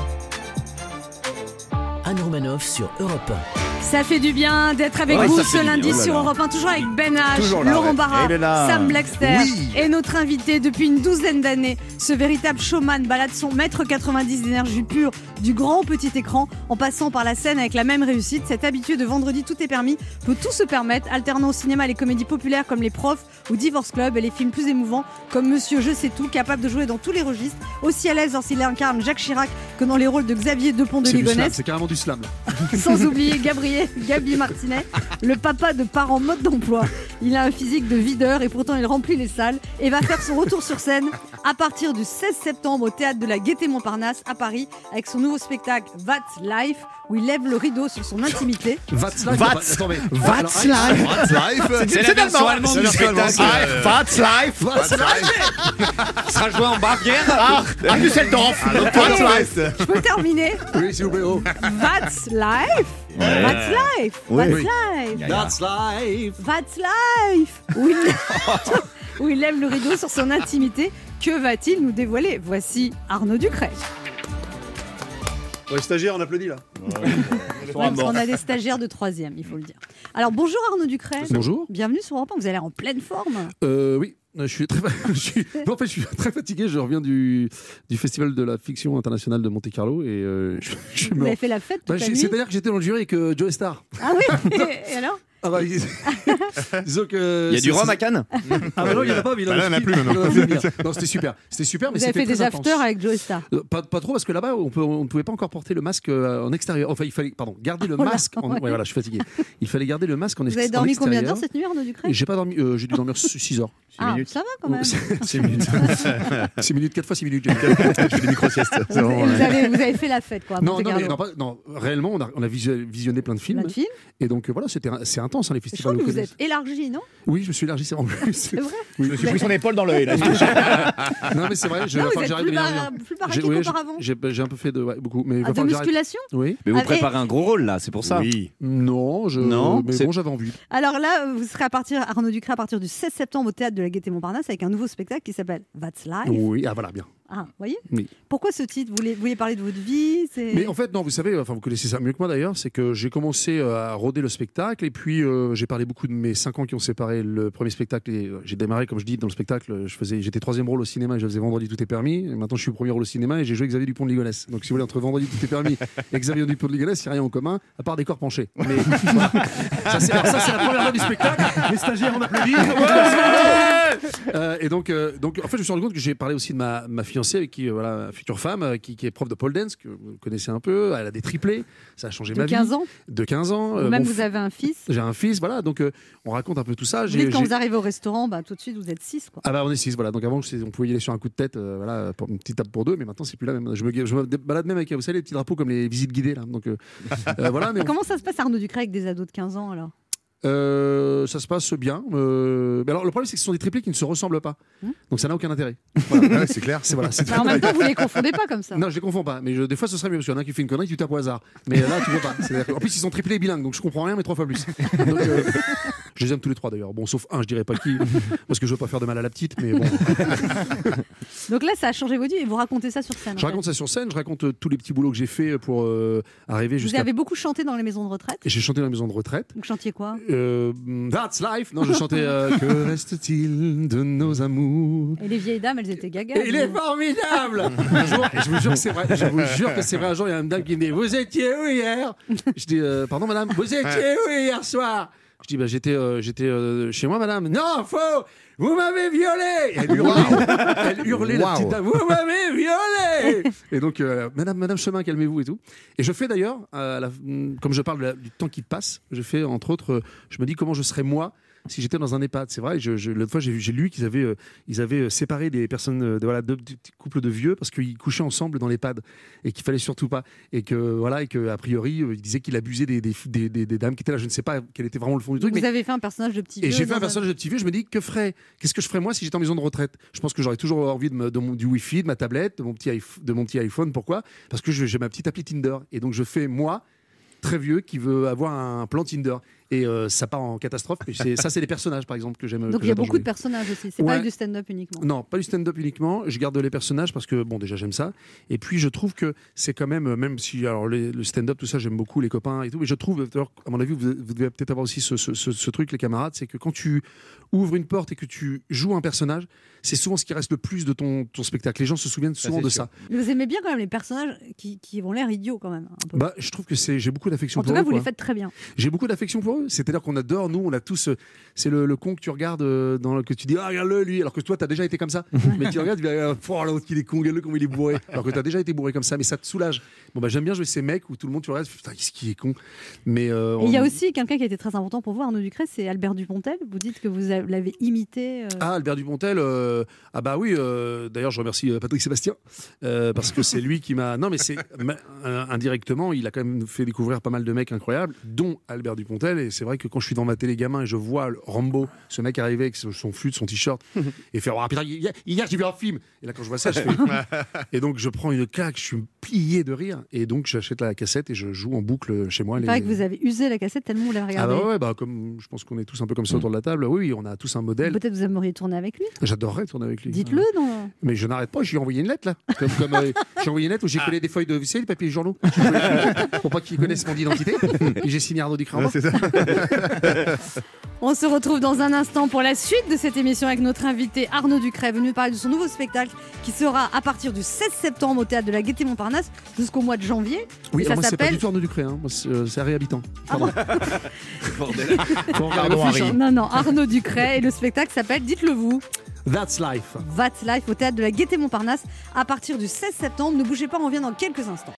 Anne Romanoff sur Europe 1. Ça fait du bien d'être avec vous ce lundi sur Europe 1, toujours avec Ben H, Laurent Barra, Sam Blackster et notre invité depuis une douzaine d'années. Ce véritable showman balade son mètre 90 d'énergie pure du grand au petit écran en passant par la scène avec la même réussite. Cet habitué de Vendredi tout est permis peut tout se permettre, alternant au cinéma les comédies populaires comme Les Profs ou Divorce Club et les films plus émouvants comme Monsieur Je sais tout, capable de jouer dans tous les registres, aussi à l'aise lorsqu'il incarne Jacques Chirac que dans les rôles de Xavier Dupont de Ligonnès. C'est carrément du slam. Sans oublier Gabi Martinet, le papa de parents mode d'emploi. Il a un physique de videur et pourtant il remplit les salles et va faire son retour sur scène à partir du 16 septembre au théâtre de la Gaîté-Montparnasse à Paris avec son nouveau spectacle That's Life où il lève le rideau sur son intimité. That's Life. That's Life. C'est la version allemande du spectacle. That's Life. Ça sera joué en Bavière. À Düsseldorf. That's Life. Je peux terminer? Oui, s'il vous plaît. Oh. That's Life. That's Life. That's Life. That's Life. That's Life. Où il lève le rideau sur son intimité. Que va-t-il nous dévoiler? Voici Arnaud Ducret. Ouais, stagiaire, on applaudit là. Parce qu'on a des stagiaires de 3e, il faut le dire. Alors bonjour Arnaud Ducret. Bonjour. Bienvenue sur Europe 1, vous avez l'air en pleine forme. Oui. Je suis très fatigué. Je reviens du Festival de la fiction internationale de Monte-Carlo et vous avez fait la fête toute la nuit. C'est-à-dire que j'étais dans le jury avec Joe Star. Ah oui. Et alors? Ah bah, disons que il y a du rhum à Cannes. Ah bah non, il n'y en a pas, mais il en a plus maintenant. Non, c'était super, mais vous avez fait des afters avec Joe Star? Pas trop, parce que là-bas, on ne pouvait pas encore porter le masque en extérieur. Enfin, il fallait garder le masque. Ouais, voilà, je suis fatigué. Il fallait garder le masque en extérieur. Vous avez dormi combien d'heures cette nuit, Arnaud Ducret? J'ai pas dormi, j'ai dû dormir 6 heures. Ah, ça va quand même. 6 minutes. 6 minutes, 4 fois 6 minutes. Je fais des micro-siestes. Vous avez fait la fête, quoi. Non, réellement, on a visionné plein de films. Et donc, voilà, c'est intense, les festivals. Vous êtes élargi, non? Oui, je me suis élargi, c'est en plus. C'est vrai? Oui. Je me suis pris son épaule dans l'œil. Non, mais c'est vrai. Vous êtes plus baraqué qu'auparavant. J'ai un peu fait beaucoup. Mais de musculation? Oui. Mais vous préparez un gros rôle là, c'est pour ça. Oui. Non, mais bon, j'avais envie. Alors là, vous serez Arnaud Ducret à partir du 16 septembre au théâtre de la Gaîté-Montparnasse avec un nouveau spectacle qui s'appelle That's Life. Oui, ah voilà, bien. Ah, vous voyez? Oui. Pourquoi ce titre? Vous vouliez parler de votre vie? Mais en fait, non, vous savez, vous connaissez ça mieux que moi d'ailleurs, c'est que j'ai commencé à rôder le spectacle et puis j'ai parlé beaucoup de mes 5 ans qui ont séparé le premier spectacle et j'ai démarré, comme je dis, dans le spectacle, j'étais 3e rôle au cinéma et je faisais Vendredi tout est permis. Et maintenant, je suis premier rôle au cinéma et j'ai joué Xavier Dupont de Ligonnès. Donc, si vous voulez, entre Vendredi tout est permis et Xavier Dupont de Ligonnès, il n'y a rien en commun, à part des corps penchés. Mais voilà. ça, c'est la première fois du spectacle. Les stagiaires, on applaudit. Et donc, en fait, je me suis rendu compte que j'ai parlé aussi de ma fiancée avec qui, voilà, future femme, qui est prof de pole dance, que vous connaissez un peu. Elle a des triplés. Ça a changé ma vie. De 15 ans. Même vous avez un fils. J'ai un fils, voilà. Donc, on raconte un peu tout ça. Quand vous arrivez au restaurant, tout de suite, vous êtes 6, quoi. Ah bah, on est 6, voilà. Donc, avant, on pouvait y aller sur un coup de tête, voilà, une petite table pour 2, mais maintenant, c'est plus la même. Je me balade même avec, vous savez, les petits drapeaux comme les visites guidées, là. Donc, voilà. Mais comment ça se passe, Arnaud Ducret, avec des ados de 15 ans, alors? Ça se passe bien. Mais alors, le problème, c'est que ce sont des triplés qui ne se ressemblent pas. Donc, ça n'a aucun intérêt. Voilà. C'est clair. En même temps, vous les confondez pas comme ça. Non, je les confonds pas. Mais des fois, ce serait mieux parce qu'il y en a un qui fait une connerie, tu tapes au hasard. Mais là, tu vois pas. En plus, ils sont triplés et bilingues, donc je comprends rien, mais 3 fois plus. Donc, je les aime tous les 3 d'ailleurs. Bon, sauf un, je dirais pas qui, parce que je veux pas faire de mal à la petite, mais bon. Donc là, ça a changé votre vie et vous racontez ça sur scène. Je raconte ça sur scène. Je raconte tous les petits boulots que j'ai fait pour arriver jusqu'à. Vous avez beaucoup chanté dans les maisons de retraite? J'ai chanté dans les maisons de retraite. Vous chantiez quoi? That's Life. Non, je chantais Que reste-t-il de nos amours? Et les vieilles dames, elles étaient gaga. Il est formidable. Un jour, je vous jure que c'est vrai. Je vous jure que c'est vrai. Un jour, il y a une dame qui me dit: vous étiez où hier? Je dis: pardon, madame. Vous étiez où hier soir? Je dis: j'étais chez moi, madame. Non, faux. Vous m'avez violé. Elle hurlait la petite dame. Vous m'avez violé. Et donc, madame Chemin, calmez-vous et tout. Et je fais d'ailleurs, comme je parle du temps qui passe, je fais entre autres, je me dis comment je serais moi si j'étais dans un EHPAD. C'est vrai, l'autre fois, j'ai lu qu'ils avaient séparé des personnes, deux petits couples de vieux parce qu'ils couchaient ensemble dans l'EHPAD et qu'il fallait surtout pas. Et que a priori, ils disaient qu'il abusait des dames qui étaient là. Je ne sais pas quel était vraiment le fond du truc. Vous avez fait un personnage de petit vieux. Et j'ai fait un personnage de petit vieux. Je me dis, qu'est-ce que je ferais moi si j'étais en maison de retraite? Je pense que j'aurais toujours envie du Wi-Fi, de ma tablette, de mon petit iPhone. Pourquoi? Parce que j'ai ma petite appli Tinder. Et donc, je fais moi, très vieux, qui veut avoir un plan Tinder. et ça part en catastrophe. Mais c'est les personnages, par exemple, que j'aime. Donc il y a beaucoup de personnages aussi, c'est pas du stand-up uniquement. Non, pas du stand-up uniquement. Je garde les personnages parce que, bon, déjà j'aime ça. Et puis je trouve que c'est quand même si, alors le stand-up, tout ça, j'aime beaucoup les copains et tout, mais je trouve, à mon avis, vous devez peut-être avoir aussi ce truc, les camarades, c'est que quand tu ouvres une porte et que tu joues un personnage, c'est souvent ce qui reste le plus de ton spectacle. Les gens se souviennent souvent de ça. Mais vous aimez bien quand même les personnages qui ont l'air idiots quand même. Un peu. Bah, je trouve que j'ai beaucoup d'affection pour eux. En tout cas, vous les faites très bien. J'ai beaucoup d'affection pour eux. C'est-à-dire qu'on adore, nous, on a tous. C'est le con que tu regardes, que tu dis, ah, regarde-le, lui. Alors que toi, tu as déjà été comme ça. Mais tu regardes, tu dis, oh, l'autre, il est con, regarde-le, comment il est bourré. Alors que tu as déjà été bourré comme ça, mais ça te soulage. Bon, bah, j'aime bien jouer ces mecs où tout le monde, tu regardes, putain, qu'est-ce qui est con. Mais il y a aussi quelqu'un qui a été très important pour vous, Arnaud Ducret, c'est Albert Dupontel. Vous dites que vous l'avez imité. Ah, Albert Dupontel, ah bah oui, d'ailleurs, je remercie Patrick Sébastien, parce que c'est lui qui m'a. Non, mais c'est indirectement, il a quand même fait découvrir pas mal de mecs incroyables, dont Albert Dupontel. Et c'est vrai que quand je suis dans ma télé gamin et je vois Rambo, ce mec arriver avec son flûte, son t-shirt, et faire, oh, putain, hier j'ai vu un film. Et là, quand je vois ça, je fais. Et donc, je prends une claque, je suis plié de rire, et donc j'achète la cassette et je joue en boucle chez moi. Il paraît que vous avez usé la cassette tellement vous l'avez regardée. Ah bah ouais, comme je pense qu'on est tous un peu comme ça autour de la table. Oui, on a tous un modèle. Peut-être vous aimeriez tourner avec lui. J'adorerais tourner avec lui. Dites-le, non. Mais je n'arrête pas, je lui ai envoyé une lettre là. J'ai envoyé une lettre où j'ai collé des feuilles de les papiers journaux pour pas qu'ils connaissent mon identité. Et j'ai signé Arnaud Ducret. C'est ça. On se retrouve dans un instant pour la suite de cette émission avec notre invité Arnaud Ducret, venu parler de son nouveau spectacle qui sera à partir du 16 septembre au théâtre de la Gaîté-Montparnasse jusqu'au mois de janvier. Oui, ça moi c'est pas du tout Arnaud Ducret, hein. Moi c'est réhabitant. Bordel. Non, Arnaud Ducret et le spectacle s'appelle, dites-le vous. That's Life. That's Life au théâtre de la Gaîté-Montparnasse à partir du 16 septembre. Ne bougez pas, on revient dans quelques instants.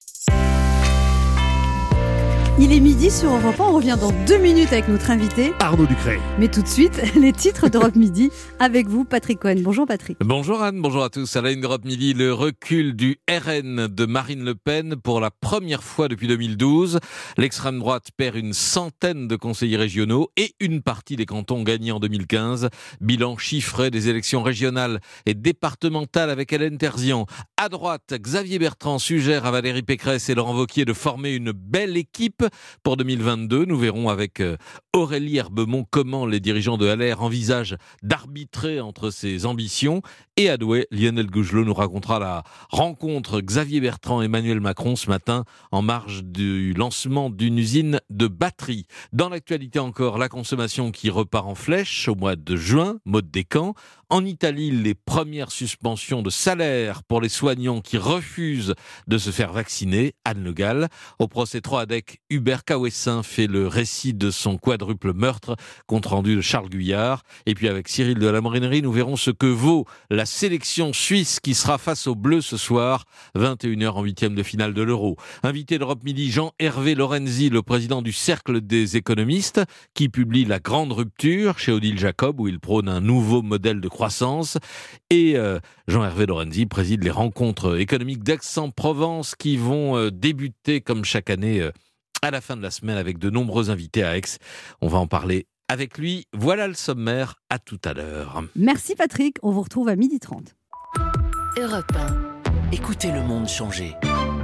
Il est midi sur Europe 1, on revient dans 2 minutes avec notre invité Arnaud Ducret. Mais tout de suite, les titres d'Europe Midi avec vous, Patrick Cohen. Bonjour Patrick. Bonjour Anne, bonjour à tous. À la une d'Europe Midi, le recul du RN de Marine Le Pen pour la première fois depuis 2012. L'extrême droite perd une centaine de conseillers régionaux et une partie des cantons gagnés en 2015. Bilan chiffré des élections régionales et départementales avec Hélène Terzian. À droite, Xavier Bertrand suggère à Valérie Pécresse et Laurent Wauquiez de former une belle équipe pour 2022. Nous verrons avec Aurélie Herbemont comment les dirigeants de LR envisagent d'arbitrer entre ces ambitions. Et à Douai, Lionel Gougelot nous racontera la rencontre Xavier Bertrand et Emmanuel Macron ce matin en marge du lancement d'une usine de batteries. Dans l'actualité encore, la consommation qui repart en flèche au mois de juin, Maud Descamps. En Italie, les premières suspensions de salaire pour les soignants qui refusent de se faire vacciner. Anne Le Gall. Au procès 3 ADEC, Hubert Kawessin fait le récit de son quadruple meurtre, compte rendu de Charles Guyard. Et puis avec Cyril de la Morinerie, nous verrons ce que vaut la sélection suisse qui sera face aux Bleus ce soir, 21h en 8e de finale de l'Euro. Invité d'Europe Midi, Jean-Hervé Lorenzi, le président du Cercle des économistes, qui publie La Grande Rupture chez Odile Jacob, où il prône un nouveau modèle de croissance. Et Jean-Hervé Lorenzi préside les rencontres économiques d'Aix-en-Provence qui vont débuter comme chaque année à la fin de la semaine avec de nombreux invités à Aix. On va en parler avec lui. Voilà le sommaire, à tout à l'heure. Merci Patrick, on vous retrouve à 12h30. Europe 1. Écoutez le monde changer.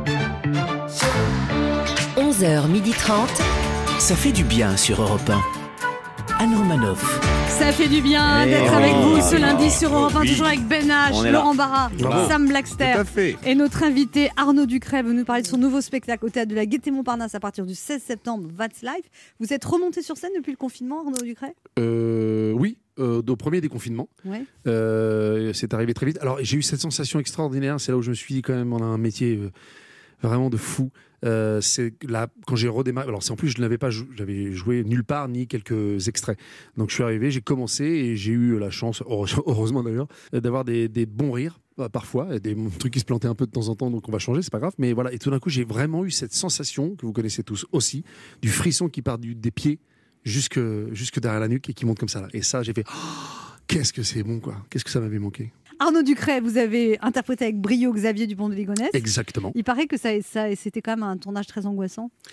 11h30. Ça fait du bien sur Europe 1. Anne Romanoff. Ça fait du bien d'être avec vous ce lundi sur Europe 1, toujours avec Ben H, Laurent Barra, Sam Blackster et notre invité Arnaud Ducret venu parler de son nouveau spectacle au théâtre de la Gaîté-Montparnasse à partir du 16 septembre, That's Life. Vous êtes remonté sur scène depuis le confinement, Arnaud Ducret ? Oui, au premier déconfinement. Ouais. C'est arrivé très vite. Alors j'ai eu cette sensation extraordinaire, c'est là où je me suis dit quand même on a un métier vraiment de fou. C'est là quand j'ai redémarré. Alors c'est en plus je n'avais pas j'avais joué nulle part ni quelques extraits. Donc je suis arrivé, j'ai commencé et j'ai eu la chance, heureusement d'ailleurs, d'avoir des bons rires parfois, des trucs qui se plantaient un peu de temps en temps. Donc on va changer, c'est pas grave. Mais voilà, et tout d'un coup j'ai vraiment eu cette sensation que vous connaissez tous aussi, du frisson qui part des pieds jusque derrière la nuque et qui monte comme ça là. Et ça j'ai fait qu'est-ce que c'est bon quoi. Qu'est-ce que ça m'avait manqué. Arnaud Ducret, vous avez interprété avec brio Xavier Dupont de Ligonnès. Exactement. Il paraît que ça c'était quand même un tournage très angoissant.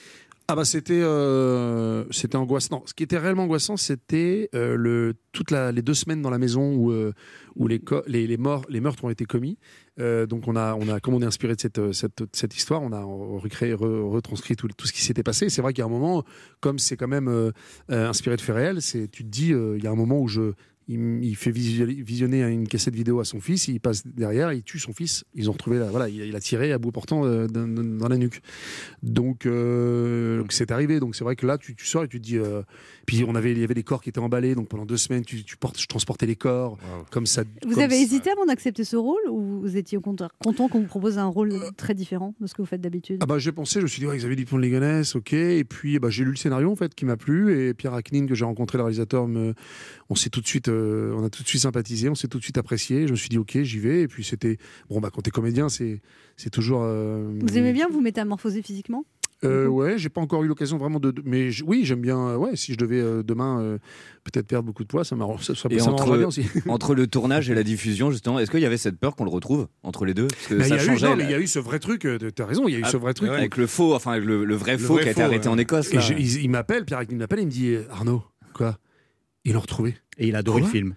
Ah bah c'était angoissant. Non, ce qui était réellement angoissant, c'était les 2 semaines dans la maison où les meurtres ont été commis. Donc comme on est inspiré de cette histoire, on a retranscrit tout ce qui s'était passé. C'est vrai qu'il y a un moment, comme c'est quand même inspiré de faits réels, tu te dis, il y a un moment où il fait visionner une cassette vidéo à son fils, il passe derrière, il tue son fils. Ils ont retrouvé, il a tiré à bout portant dans la nuque. Donc c'est arrivé. Donc c'est vrai que là, tu sors et tu te dis. Puis il y avait des corps qui étaient emballés. Donc pendant 2 semaines, je transportais les corps comme ça. Vous avez hésité avant d'accepter ce rôle ou vous étiez content qu'on vous propose un rôle très différent de ce que vous faites d'habitude? Ah bah j'ai pensé, je me suis dit Xavier Dupont-de-Ligonnès, ok. Et puis j'ai lu le scénario en fait qui m'a plu et Pierre Hacknin que j'ai rencontré, le réalisateur, on a tout de suite sympathisé, on s'est tout de suite apprécié. Je me suis dit ok, j'y vais. Et puis c'était quand t'es comédien, c'est toujours. Vous aimez bien vous métamorphoser physiquement? Ouais, j'ai pas encore eu l'occasion vraiment mais oui, j'aime bien. Si je devais demain peut-être perdre beaucoup de poids, ça m'arrangerait bien aussi. Entre le tournage et la diffusion, justement, est-ce qu'il y avait cette peur qu'on le retrouve entre les deux? Parce que ça changeait. Il y a eu ce vrai truc. T'as raison, il y a eu ce vrai truc avec le faux, enfin avec le vrai faux qui a été arrêté en Écosse. Et il m'appelle, Pierre Hacknin m'appelle, il me dit Arnaud, quoi? Ils l'ont retrouvé. Et il a adoré le film.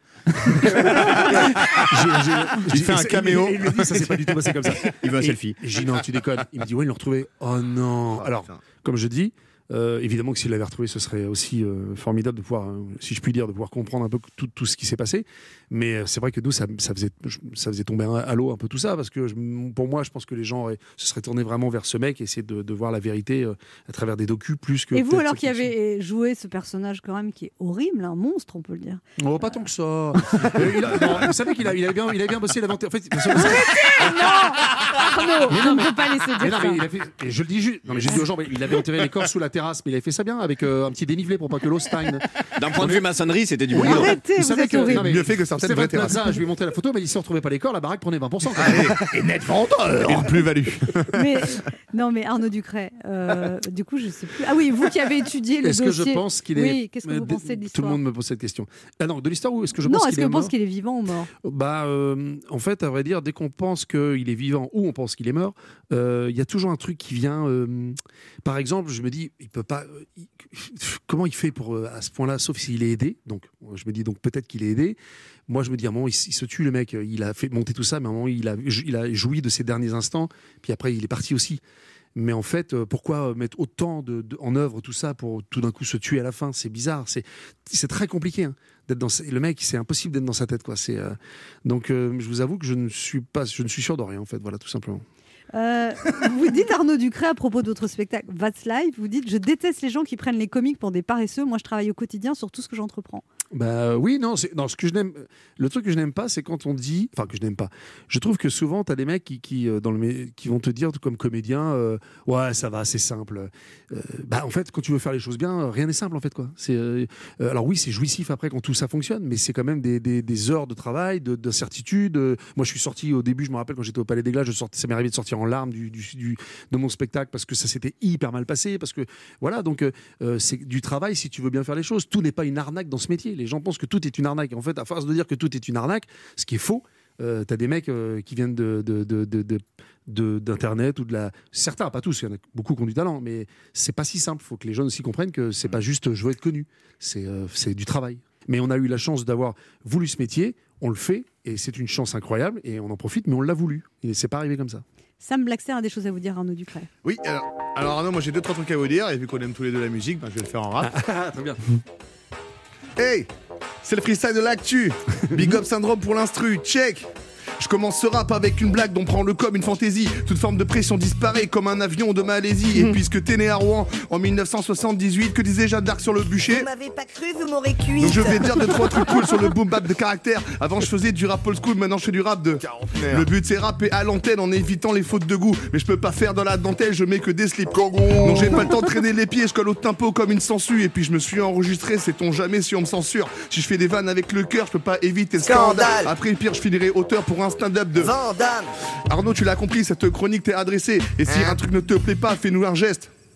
J'ai fait un caméo. Il me dit, ça s'est pas du tout passé comme ça. Il veut un selfie. J'ai dit non, tu déconnes. Il me dit ouais, ils l'ont retrouvé. Oh non. Alors, comme je dis, évidemment que s'il l'avait retrouvé, ce serait aussi formidable de pouvoir, si je puis dire, de pouvoir comprendre un peu tout ce qui s'est passé. Mais c'est vrai que nous, ça faisait tomber à l'eau un peu tout ça, parce que pour moi, je pense que les gens se seraient tournés vraiment vers ce mec et essayer de voir la vérité à travers des docus plus que. Et vous, alors qui avez joué ce personnage quand même qui est horrible, un monstre, on peut le dire. Oh, pas tant que ça. Vous savez qu'il avait bien bossé l'aventure. En fait, Arnaud, on ne peut pas laisser dire ça. Et je le dis juste. Non, mais j'ai dit aux gens, il avait enterré les corps sous la terrasse, mais il avait fait ça bien avec un petit dénivelé pour pas que l'eau stagne. D'un point de vue maçonnerie, c'était du bon. Arrêtez, vous êtes horrible. Mieux fait que certaines vraies terrasses. Je lui ai montré la photo, mais il ne retrouvait pas les corps, la baraque prenait 20%. Et net vendeur. Une plus-value. Mais Arnaud Ducret, du coup, je sais plus. Ah oui, vous qui avez étudié le dossier. Est-ce que je pense qu'il est. Oui, qu'est-ce que vous pensez de l'histoire? Tout le monde me pose cette question. Ah non, de l'histoire ou est-ce que je pense qu'il est mort? Non, est-ce que vous pensez qu'il est vivant ou mort? En fait, à vrai dire, dès qu'on pense qu'il est vivant ou on pense qu'il est mort, il y a toujours un truc qui vient. Par exemple, je me dis, il peut pas. Comment il fait pour à ce point-là, sauf s'il est aidé. Donc, je me dis donc peut-être qu'il est aidé. Moi, je me dis à un moment, il se tue le mec. Il a fait monter tout ça, mais à un moment, il a joui de ses derniers instants. Puis après, il est parti aussi. Mais en fait, pourquoi mettre autant en œuvre tout ça pour tout d'un coup se tuer à la fin? C'est bizarre. C'est très compliqué d'être dans le mec. C'est impossible d'être dans sa tête, quoi. Donc, je vous avoue que je ne suis sûr de rien, en fait. Voilà, tout simplement. Vous dites, Arnaud Ducret, à propos de votre spectacle That's Life, vous dites: je déteste les gens qui prennent les comiques pour des paresseux. Moi, je travaille au quotidien sur tout ce que j'entreprends. Oui, non, ce que je n'aime, le truc que je n'aime pas, c'est quand on dit, enfin que je n'aime pas. Je trouve que souvent, tu as des mecs qui vont te dire comme comédien, ouais, ça va, c'est simple. En fait, quand tu veux faire les choses bien, rien n'est simple en fait, quoi. Alors oui, c'est jouissif après quand tout ça fonctionne, mais c'est quand même des heures de travail, d'incertitude. Moi, je suis sorti au début, je me rappelle quand j'étais au Palais des Glaces, ça m'est arrivé de sortir en larmes de mon spectacle parce que ça s'était hyper mal passé, parce que voilà, donc c'est du travail si tu veux bien faire les choses. Tout n'est pas une arnaque dans ce métier. Les gens pensent que tout est une arnaque. En fait, à force de dire que tout est une arnaque, ce qui est faux, t'as des mecs qui viennent d'internet ou certains, pas tous, il y en a beaucoup qui ont du talent, mais c'est pas si simple. Il faut que les jeunes aussi comprennent que c'est pas juste je veux être connu, c'est du travail. Mais on a eu la chance d'avoir voulu ce métier, on le fait et c'est une chance incroyable et on en profite, mais on l'a voulu. Et c'est pas arrivé comme ça. Sam Blackster a des choses à vous dire, Arnaud Ducret. Oui, alors Arnaud, moi j'ai 2-3 trucs à vous dire, et vu qu'on aime tous les deux la musique, je vais le faire en rap. Très bien. Hey, c'est le freestyle de l'actu. Big up syndrome pour l'instru, check. Je commence ce rap avec une blague dont prend le com une fantaisie. Toute forme de pression disparaît comme un avion de Malaisie. Et puisque t'es né à Rouen en 1978, que disait Jeanne d'Arc sur le bûcher? Vous m'avez pas cru, vous m'aurez cuit. Donc je vais dire 2-3 trucs cool sur le boom bap de caractère. Avant je faisais du rap old school, maintenant je fais du rap de quarantenaire. Le but c'est rapper à l'antenne en évitant les fautes de goût. Mais je peux pas faire dans la dentelle, je mets que des slips. Non, j'ai pas le temps de traîner les pieds, je colle au tempo comme une sangsue. Et puis je me suis enregistré, sait-on jamais si on me censure. Si je fais des vannes avec le cœur, je peux pas éviter le scandale. Après pire, je finirai auteur pour un stand-up de Arnaud, tu l'as compris, cette chronique t'est adressée. Et si un truc ne te plaît pas, fais-nous un geste.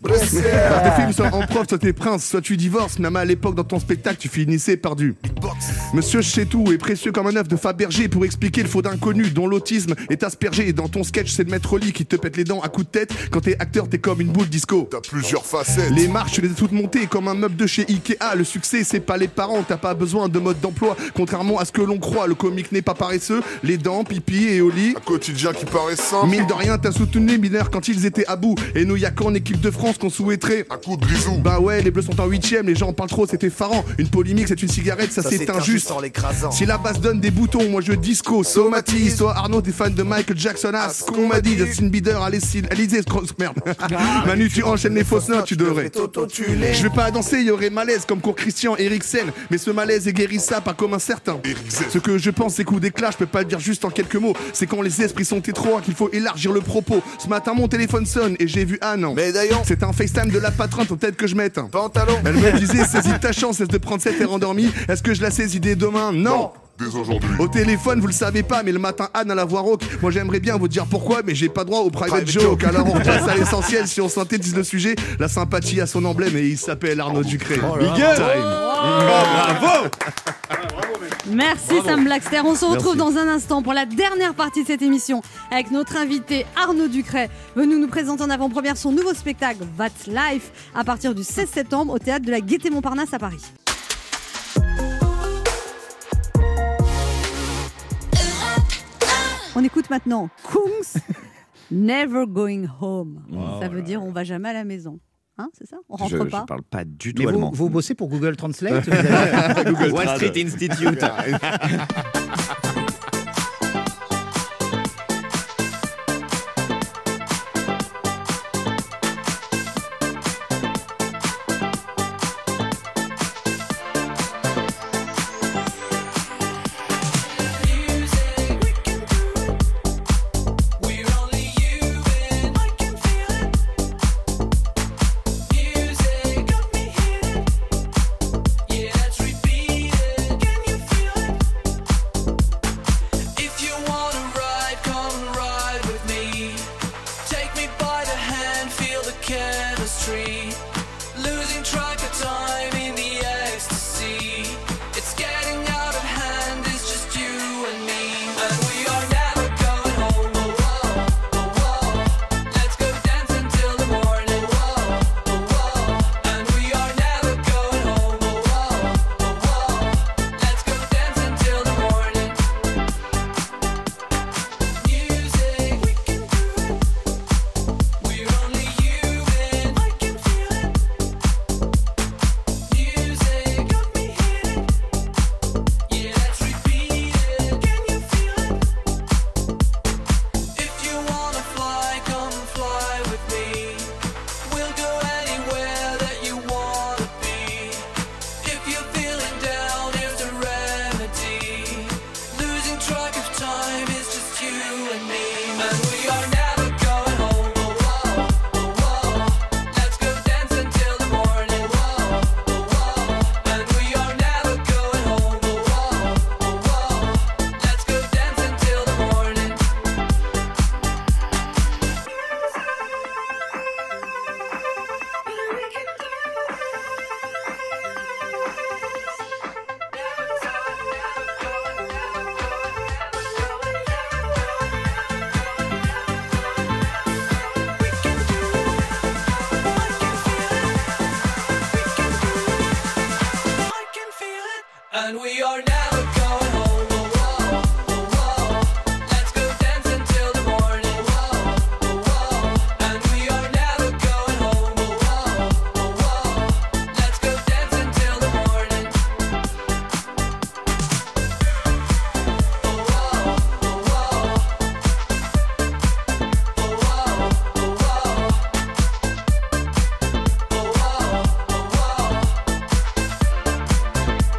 Tes films soit en prof, soit t'es prince, soit tu divorces. Même à l'époque dans ton spectacle, tu finissais par du Monsieur je sais tout est précieux comme un œuf de Fabergé pour expliquer le faux d'inconnu dont l'autisme est aspergé. Et dans ton sketch, c'est le maître au lit qui te pète les dents à coups de tête. Quand t'es acteur, t'es comme une boule disco. T'as plusieurs facettes. Les marches, tu les as toutes montées comme un meuble de chez Ikea. Le succès, c'est pas les parents, t'as pas besoin de mode d'emploi. Contrairement à ce que l'on croit, le comique n'est pas paresseux. Les dents, pipi et au lit. Un quotidien qui paraît simple. Mine de rien, t'as soutenu les mineurs quand ils étaient à bout. Et nous, y'a qu'en équipe de France qu'on souhaiterait un coup de grisou. Bah ouais, les bleus sont en 8ème, les gens en parlent trop, c'est effarant. Une polémique, c'est une cigarette, ça c'est injuste. Si la basse donne des boutons, moi je disco, somatise. Toi Arnaud, t'es fan de Michael Jackson, ce qu'on m'a dit. Justin Bieber, Alizé, merde. Manu, tu enchaînes les fausses notes, tu devrais. Je vais pas danser, il y aurait malaise comme cours Christian Eriksen. Mais ce malaise est guérissable, pas comme un certain. Ce que je pense, c'est coup d'éclat, je peux pas le dire juste en quelques mots. C'est quand les esprits sont étroits qu'il faut élargir le propos. Ce matin, mon téléphone sonne et j'ai vu Anne. Mais d'ailleurs, c'est un FaceTime de la patronne, faut peut-être que je mette un pantalon. Elle me disait, saisis ta chance, cesse de prendre cette air endormie. Est-ce que je la saisis dès demain? Non. Dès aujourd'hui. Au téléphone, vous le savez pas, mais le matin, Anne à la voix rauque. Moi, j'aimerais bien vous dire pourquoi, mais j'ai pas droit au private joke. Alors, on passe à l'essentiel. Si on synthétise le sujet, la sympathie a son emblème et il s'appelle Arnaud Ducré. Big up. Bravo. Merci Sam Blackster. On se retrouve dans un instant pour la dernière partie de cette émission avec notre invité Arnaud Ducré, venu nous présenter en avant-première son nouveau spectacle That's Life à partir du 16 septembre au théâtre de la Gaîté Montparnasse à Paris. On écoute maintenant Kungs Never Going Home. Ça veut dire on va jamais à la maison. Hein, c'est ça? On rentre pas. Je parle pas du tout Mais allemand. vous bossez pour Google Translate? Wall Street Institute.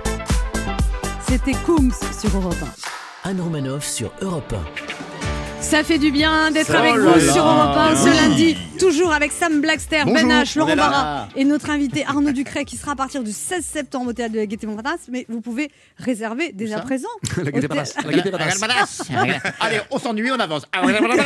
C'était Kungs sur Europe 1. Anne Romanoff sur Europe 1. Ça fait du bien d'être Oh avec là vous là. sur Europe 1 ce Oui. lundi, toujours avec Sam Blackster, Bonjour. Ben H, On Laurent est là. Barra et notre invité Arnaud Ducret qui sera à partir du 16 septembre au théâtre de la Gaîté Montparnasse. Mais vous pouvez réserver dès à présent. La Gaîté Palace. La Gaîté Palace. Allez, on s'ennuie, on avance. À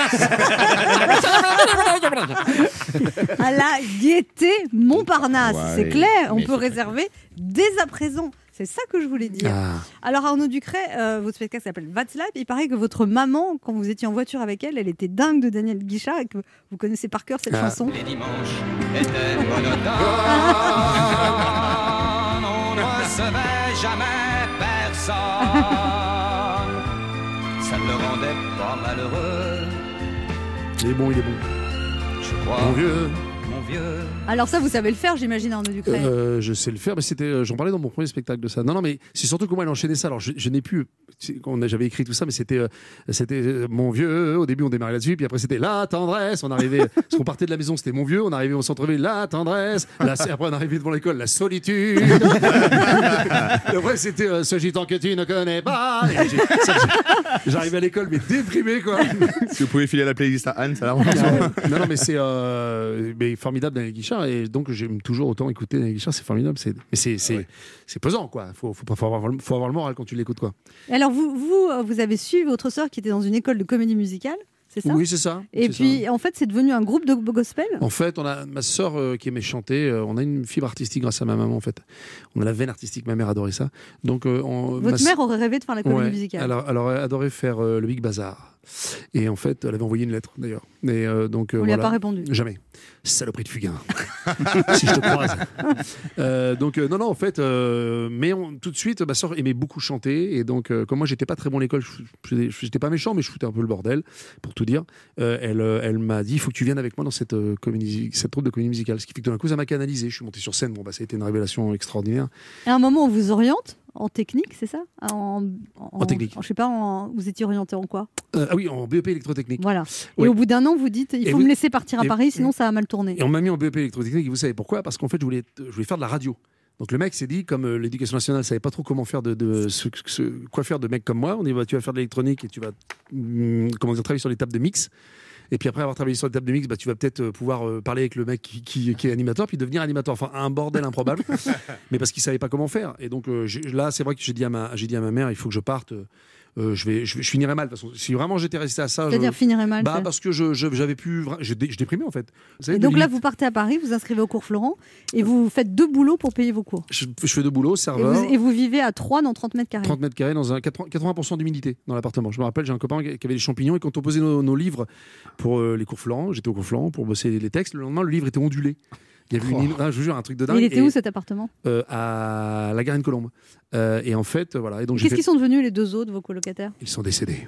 la Gaîté Montparnasse, Ouais, c'est clair, on mais peut c'est réserver dès à présent. C'est ça que je voulais dire. Ah. Alors Arnaud Ducret, votre spectacle s'appelle That's Life. Il paraît que votre maman, quand vous étiez en voiture avec elle, elle était dingue de Daniel Guichard et que vous connaissez par cœur cette chanson. Les dimanches étaient monotones, on ne recevait jamais personne. Ça ne le rendait pas malheureux, Il est bon, il est bon. je crois. Mon vieux. Mon vieux. Alors ça, vous savez le faire, j'imagine, Arnaud Ducret. Je sais le faire, mais c'était, j'en parlais dans mon premier spectacle de ça. Non, mais c'est surtout comment elle enchaînait ça. Alors, je n'ai plus, j'avais écrit tout ça, mais c'était mon vieux. Au début, on démarrait là-dessus, puis après, c'était la tendresse. On arrivait, parce qu'on partait de la maison, c'était mon vieux. On arrivait au centre-ville, la tendresse. Après, on arrivait devant l'école, la solitude. Et après, c'était ce gitan que tu ne connais pas. J'arrivais à l'école, mais déprimé, quoi. Si vous pouvez filer la playlist à Anne, ça l'arrange. Non, mais c'est formidable Daniel Guichard, et donc j'aime toujours autant écouter Daniel Guichard, c'est formidable. C'est pesant, quoi. Faut avoir le moral quand tu l'écoutes, quoi. Alors vous avez suivi votre sœur qui était dans une école de comédie musicale, c'est ça? Oui, c'est ça. Et c'est puis ça. en fait, c'est devenu un groupe de gospel. En fait, on a ma sœur qui aimait chanter. On a une fibre artistique grâce à ma maman. En fait, on a la veine artistique. Ma mère adorait ça. Donc, Votre mère aurait rêvé de faire la comédie musicale. Elle aurait adoré faire le Big Bazar. Et en fait, elle avait envoyé une lettre d'ailleurs. Et donc, on lui a pas répondu. Jamais. Saloperie de Fugain. Si je te croise. Donc non, en fait, mais tout de suite, ma sœur aimait beaucoup chanter, et donc comme moi j'étais pas très bon à l'école, j'étais pas méchant, mais je foutais un peu le bordel, pour tout dire. Elle m'a dit, il faut que tu viennes avec moi dans cette troupe de comédie musicale. Ce qui fait que tout d'un coup, ça m'a canalisé. Je suis monté sur scène. Bon, ça a été une révélation extraordinaire. Et à un moment, on vous oriente en technique, c'est ça? En technique. Je sais pas, vous étiez orienté en quoi? Ah oui, en BEP électrotechnique. Voilà. Oui. Et au bout d'un an, vous dites, il faut me laisser partir à Paris, sinon ça va mal tourner. Et on m'a mis en BEP électrotechnique, et vous savez pourquoi? Parce qu'en fait, je voulais faire de la radio. Donc le mec s'est dit, comme l'éducation nationale ne savait pas trop comment faire quoi faire de mecs comme moi, on dit, tu vas faire de l'électronique et tu vas travailler sur les tables de mix. Et puis après avoir travaillé sur les tables de mix, tu vas peut-être pouvoir parler avec le mec qui est animateur, puis devenir animateur. Enfin, un bordel improbable. Mais parce qu'il savait pas comment faire. Et donc là, c'est vrai que j'ai dit à ma mère, il faut que je parte. Je finirais mal. De toute façon, si vraiment j'étais resté à ça, c'est-à-dire finirais mal. Parce que j'avais pu, je déprimais en fait. Vous savez, et donc là, vous partez à Paris, vous inscrivez au cours Florent, et vous faites 2 boulots pour payer vos cours. Je fais 2 boulots, serveur. Et vous vivez à 3 dans 30 mètres carrés. 30 mètres carrés dans 80% d'humidité dans l'appartement. Je me rappelle, j'ai un copain qui avait des champignons, et quand on posait nos livres pour les cours Florent, j'étais au cours Florent pour bosser les textes. Le lendemain, le livre était ondulé. Il y avait je vous jure, un truc de dingue. Il était où cet appartement? À la Garenne-Colombe. Et en fait, voilà. Et donc, qu'est-ce qu'ils sont devenus les 2 autres, vos colocataires? Ils sont décédés.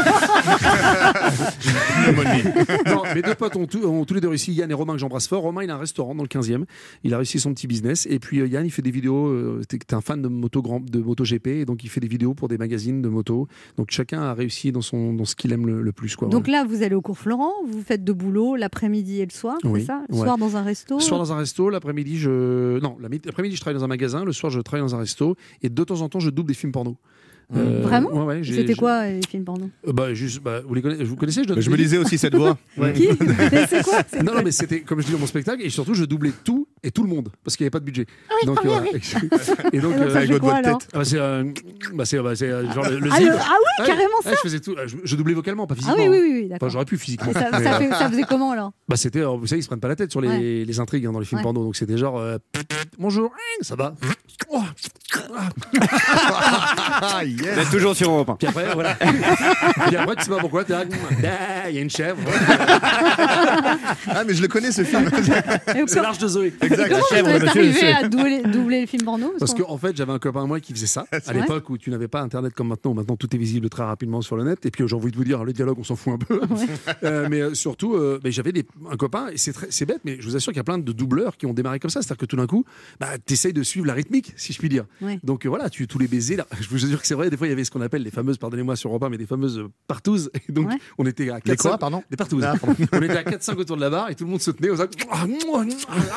Non, mes 2 potes ont tous les 2 réussi. Yann et Romain, que j'embrasse fort. Romain, il a un restaurant dans le 15e. Il a réussi son petit business. Et puis Yann, il fait des vidéos. T'es un fan de MotoGP, et donc il fait des vidéos pour des magazines de moto. Donc chacun a réussi dans ce qu'il aime le plus, quoi. Donc là, vous allez au cours Florent, vous faites 2 boulots, l'après-midi et le soir, oui, c'est ça? Le soir dans un resto? Le soir dans un resto, l'après-midi, l'après-midi, je travaille dans un magasin, le soir, je travaille dans un resto, et de temps en temps, je double des films porno. Vraiment? Ouais, c'était quoi les films porno? Vous connaissez? Je me lisais aussi cette voix. Qui? C'est quoi? Non, mais c'était, comme je dis dans mon spectacle, et surtout, je doublais tout et tout le monde, parce qu'il n'y avait pas de budget. Ah oui, et donc, ça fait quoi, alors? C'est genre le Ah zib. oui, carrément ça. Je faisais tout. Je doublais vocalement, pas physiquement. Ah oui, d'accord. Enfin, j'aurais pu physiquement. Et ça faisait comment alors? C'était, vous savez, ils se prennent pas la tête sur les intrigues dans les films porno, donc c'était genre bonjour, ça va. Vous êtes toujours sur Europe 1. Puis après, voilà. Puis après, tu sais pas pourquoi, t'es là, il y a une chèvre. Ah, mais je le connais ce film. C'est l'Arche de Zoé. Exact. Comment vous êtes arrivé à doubler les films porno? Parce qu'en fait, j'avais un copain à moi qui faisait ça à l'époque où tu n'avais pas Internet comme maintenant, où maintenant tout est visible très rapidement sur le net. Et puis j'ai envie de vous dire, le dialogue, on s'en fout un peu. Mais surtout, j'avais un copain, et c'est bête, mais je vous assure qu'il y a plein de doubleurs qui ont démarré comme ça. C'est-à-dire que tout d'un coup, t'essayes de suivre la rythmique, si je puis dire. Ouais. Donc voilà, tous les baisers, là, je vous jure que c'est vrai, des fois il y avait ce qu'on appelle les fameuses, pardonnez-moi sur Europe 1, mais des fameuses partouzes. Et donc on était à 4-5. Quoi, pardon? Des partouzes. On était à 4-5 autour de la barre, et tout le monde se tenait aux il me fait mal.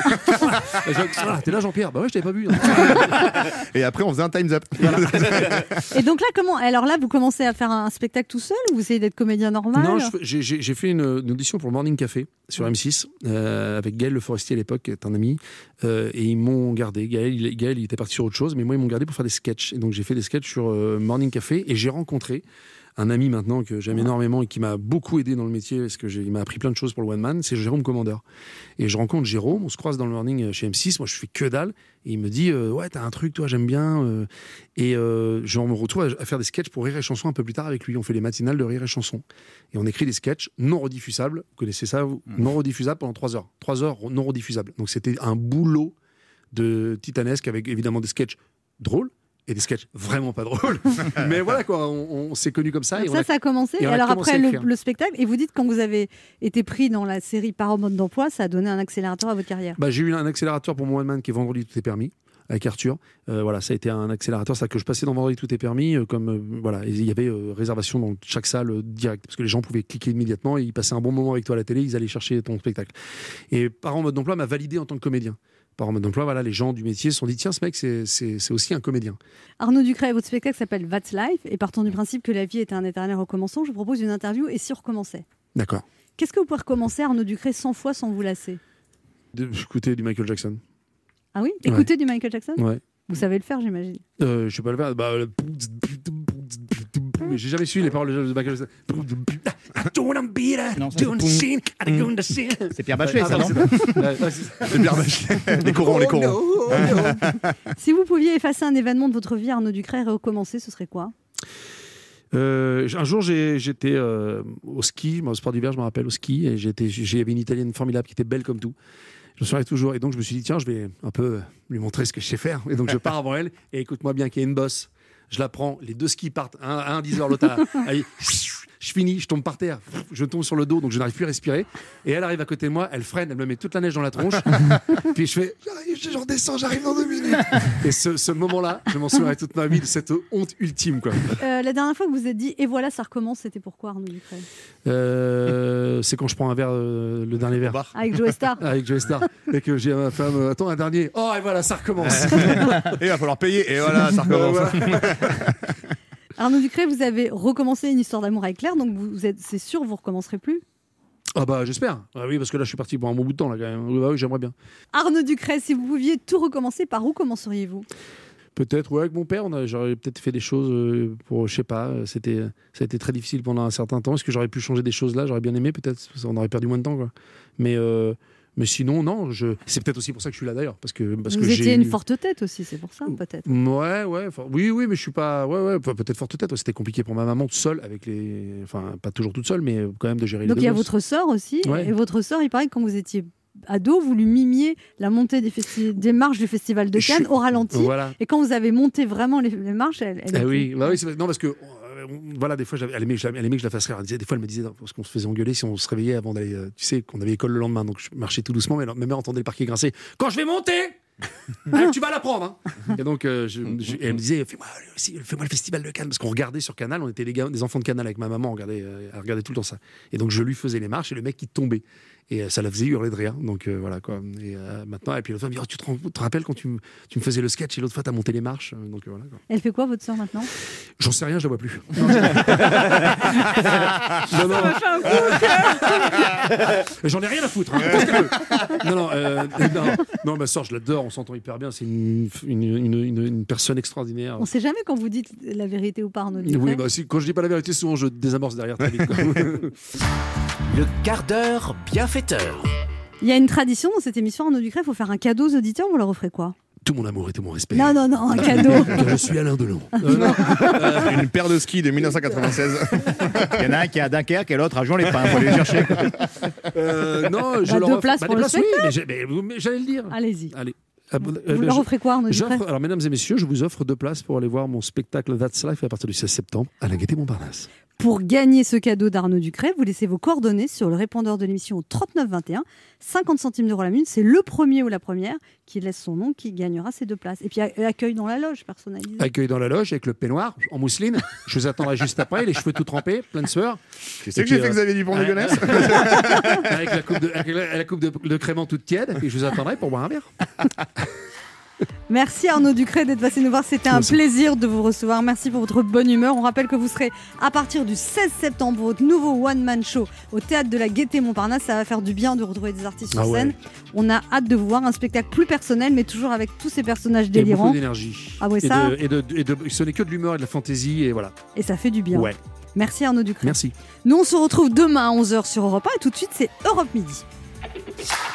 T'es là, Jean-Pierre? Bah ouais, je t'avais pas vu. Et après, on faisait un Time's Up. Et donc là, comment? Alors là, vous commencez à faire un spectacle tout seul ou vous essayez d'être comédien normal? Non, j'ai fait une audition pour le Morning Café sur M6 avec Gaël Le Forestier à l'époque, qui est un ami, et ils m'ont gardé. Gaël, il était parti sur autre chose, mais moi, ils m'ont gardé pour faire des sketchs. Et donc, j'ai fait des sketchs sur Morning Café et j'ai rencontré un ami maintenant que j'aime énormément et qui m'a beaucoup aidé dans le métier parce qu'il m'a appris plein de choses pour le one man, c'est Jérôme Commandeur. Et je rencontre Jérôme, on se croise dans le morning chez M6, moi je fais que dalle, et il me dit ouais, t'as un truc, toi, j'aime bien. Et je me retrouve à faire des sketchs pour Rire et Chanson un peu plus tard avec lui. On fait les matinales de Rire et Chanson. Et on écrit des sketchs non rediffusables, vous connaissez ça, vous, non rediffusables pendant 3 heures. 3 heures non rediffusables. Donc c'était un boulot de titanesque avec évidemment des sketchs drôles et des sketchs vraiment pas drôles. Mais voilà quoi, on s'est connus comme ça. Donc et ça a commencé. Et alors après le spectacle, et vous dites quand vous avez été pris dans la série Par en mode d'emploi, ça a donné un accélérateur à votre carrière. Bah, j'ai eu un accélérateur pour mon one man qui est Vendredi tout est permis avec Arthur. Voilà, ça a été un accélérateur, c'est que je passais dans Vendredi tout est permis voilà, il y avait réservation dans chaque salle direct parce que les gens pouvaient cliquer immédiatement et ils passaient un bon moment avec toi à la télé, ils allaient chercher ton spectacle. Et Par en mode d'emploi m'a validé en tant que comédien. Par en mode d'emploi, voilà, les gens du métier se sont dit tiens, ce mec, c'est aussi un comédien. Arnaud Ducret, votre spectacle s'appelle That's Life, et partant du principe que la vie est un éternel recommencement, je vous propose une interview et si on recommençait. D'accord. Qu'est-ce que vous pouvez recommencer, Arnaud Ducret, 100 fois sans vous lasser? Écouter du Michael Jackson. Ah oui? Écouter du Michael Jackson? Ouais. Vous savez le faire, j'imagine. Je sais pas le faire. Mais j'ai jamais suivi les paroles de Michael Jackson. C'est Pierre Bachelet, ça, non? C'est Pierre Bachelet. Les corons. Si vous pouviez effacer un événement de votre vie, Arnaud Ducret, et recommencer, ce serait quoi? Un jour, j'étais au ski, au sport d'hiver, je me rappelle, au ski, et j'avais une Italienne formidable qui était belle comme tout. Je me souviens toujours, et donc je me suis dit, tiens, je vais un peu lui montrer ce que je sais faire. Et donc je pars avant elle, et écoute-moi bien, qu'il y a une bosse. Je la prends, les deux skis partent, un à 10h, l'autre à... Je finis, je tombe par terre, je tombe sur le dos, donc je n'arrive plus à respirer. Et elle arrive à côté de moi, elle freine, elle me met toute la neige dans la tronche. Puis je fais, je redescends, j'arrive dans 2 minutes. Et ce moment-là, je m'en souviendrai toute ma vie de cette honte ultime, quoi. La dernière fois que vous vous êtes dit, et voilà, ça recommence, c'était pourquoi, Arnaud Ducret? C'est quand je prends un verre, le dernier verre. Avec Joe Star. Avec Joe Star. Et que j'ai à ma femme, attends, un dernier. Oh, et voilà, ça recommence. Et il va falloir payer, et voilà, ça recommence. Arnaud Ducret, vous avez recommencé une histoire d'amour avec Claire, donc c'est sûr, vous recommencerez plus? Ah bah j'espère. Ah oui, parce que là je suis parti pour un bon bout de temps là quand même. Oui, j'aimerais bien. Arnaud Ducret, si vous pouviez tout recommencer, par où commenceriez-vous? Peut-être, ouais, avec mon père, j'aurais peut-être fait des choses pour, je sais pas, ça a été très difficile pendant un certain temps. Est-ce que j'aurais pu changer des choses là? J'aurais bien aimé, peut-être. On aurait perdu moins de temps, quoi. Mais sinon, non. C'est peut-être aussi pour ça que je suis là d'ailleurs, parce que vous étiez une forte tête aussi, c'est pour ça, peut-être. Ouais. Oui, mais je suis pas. Ouais, peut-être forte tête. C'était compliqué pour ma maman toute seule, avec enfin, pas toujours toute seule, mais quand même de gérer les deux. Donc il y a votre sœur aussi, ouais. Et votre sœur, il paraît que quand vous étiez ado, vous lui mimiez la montée des marches du Festival de Cannes au ralenti. Voilà. Et quand vous avez monté vraiment les marches, elle oui, non, parce que. Voilà, des fois, elle aimait que je la fasse rire. Des fois, elle me disait, parce qu'on se faisait engueuler si on se réveillait avant d'aller. Tu sais, qu'on avait école le lendemain, donc je marchais tout doucement, mais ma mère entendait le parquet grincer. Quand je vais monter, tu vas la prendre. Hein. Et donc, elle me disait, fais-moi le Festival de Cannes, parce qu'on regardait sur Canal, on était des enfants de Canal avec ma maman, elle regardait tout le temps ça. Et donc, je lui faisais les marches et le mec, il tombait. Et ça la faisait hurler de rire. Donc voilà quoi. Et maintenant, et puis l'autre fois, elle me dit, tu te rappelles quand tu me faisais le sketch et l'autre fois, t'as monté les marches. Donc voilà. Quoi. Elle fait quoi, votre sœur, maintenant? J'en sais rien, je la vois plus. Ça m'a fait un coup. J'en ai rien à foutre. Hein. Non, ma sœur, je l'adore, on s'entend hyper bien. C'est une personne extraordinaire. On sait jamais quand vous dites la vérité ou pas, Arnaud Ducret. Oui, quand je dis pas la vérité, souvent je désamorce derrière très vite. Le quart d'heure bienfaiteur. Il y a une tradition dans cette émission, Arnaud Ducret, il faut faire un cadeau aux auditeurs, vous leur offrez quoi? Tout mon amour et tout mon respect. Non, un cadeau. Car je suis Alain Delon. Une paire de skis de 1996. Il y en a un qui est à Dunkerque et l'autre à Juan-les-Pins. Il faut les chercher. Non, je leur deux offre... places pour le spectacle. Oui, mais j'allais le dire. Allez-y. Allez. Vous leur offrez quoi, Arnaud Ducret? Alors, mesdames et messieurs, je vous offre 2 places pour aller voir mon spectacle That's Life à partir du 16 septembre à la Gaîté Montparnasse. Pour gagner ce cadeau d'Arnaud Ducret, vous laissez vos coordonnées sur le répondeur de l'émission au 3921, 50 centimes d'euros la minute. C'est le premier ou la première qui laisse son nom qui gagnera ces 2 places. Et puis accueil dans la loge personnalisé. Accueil dans la loge avec le peignoir en mousseline. Je vous attendrai juste après, les cheveux tout trempés, plein de sueur. Tu sais que j'ai fait Xavier Dupont de Ligonnès avec la coupe de crément toute tiède. Et je vous attendrai pour boire un verre. Merci Arnaud Ducret d'être passé nous voir. C'était un plaisir de vous recevoir. Merci pour votre bonne humeur. On rappelle que vous serez à partir du 16 septembre pour votre nouveau one-man show au Théâtre de la Gaîté Montparnasse. Ça va faire du bien de retrouver des artistes sur scène. On a hâte de vous voir. Un spectacle plus personnel, mais toujours avec tous ces personnages délirants. Beaucoup d'énergie. Ah ouais, ce n'est que de l'humeur et de la fantaisie. Et voilà. Et ça fait du bien. Ouais. Merci Arnaud Ducret. Merci. Nous, on se retrouve demain à 11h sur Europe 1. Et tout de suite, c'est Europe Midi.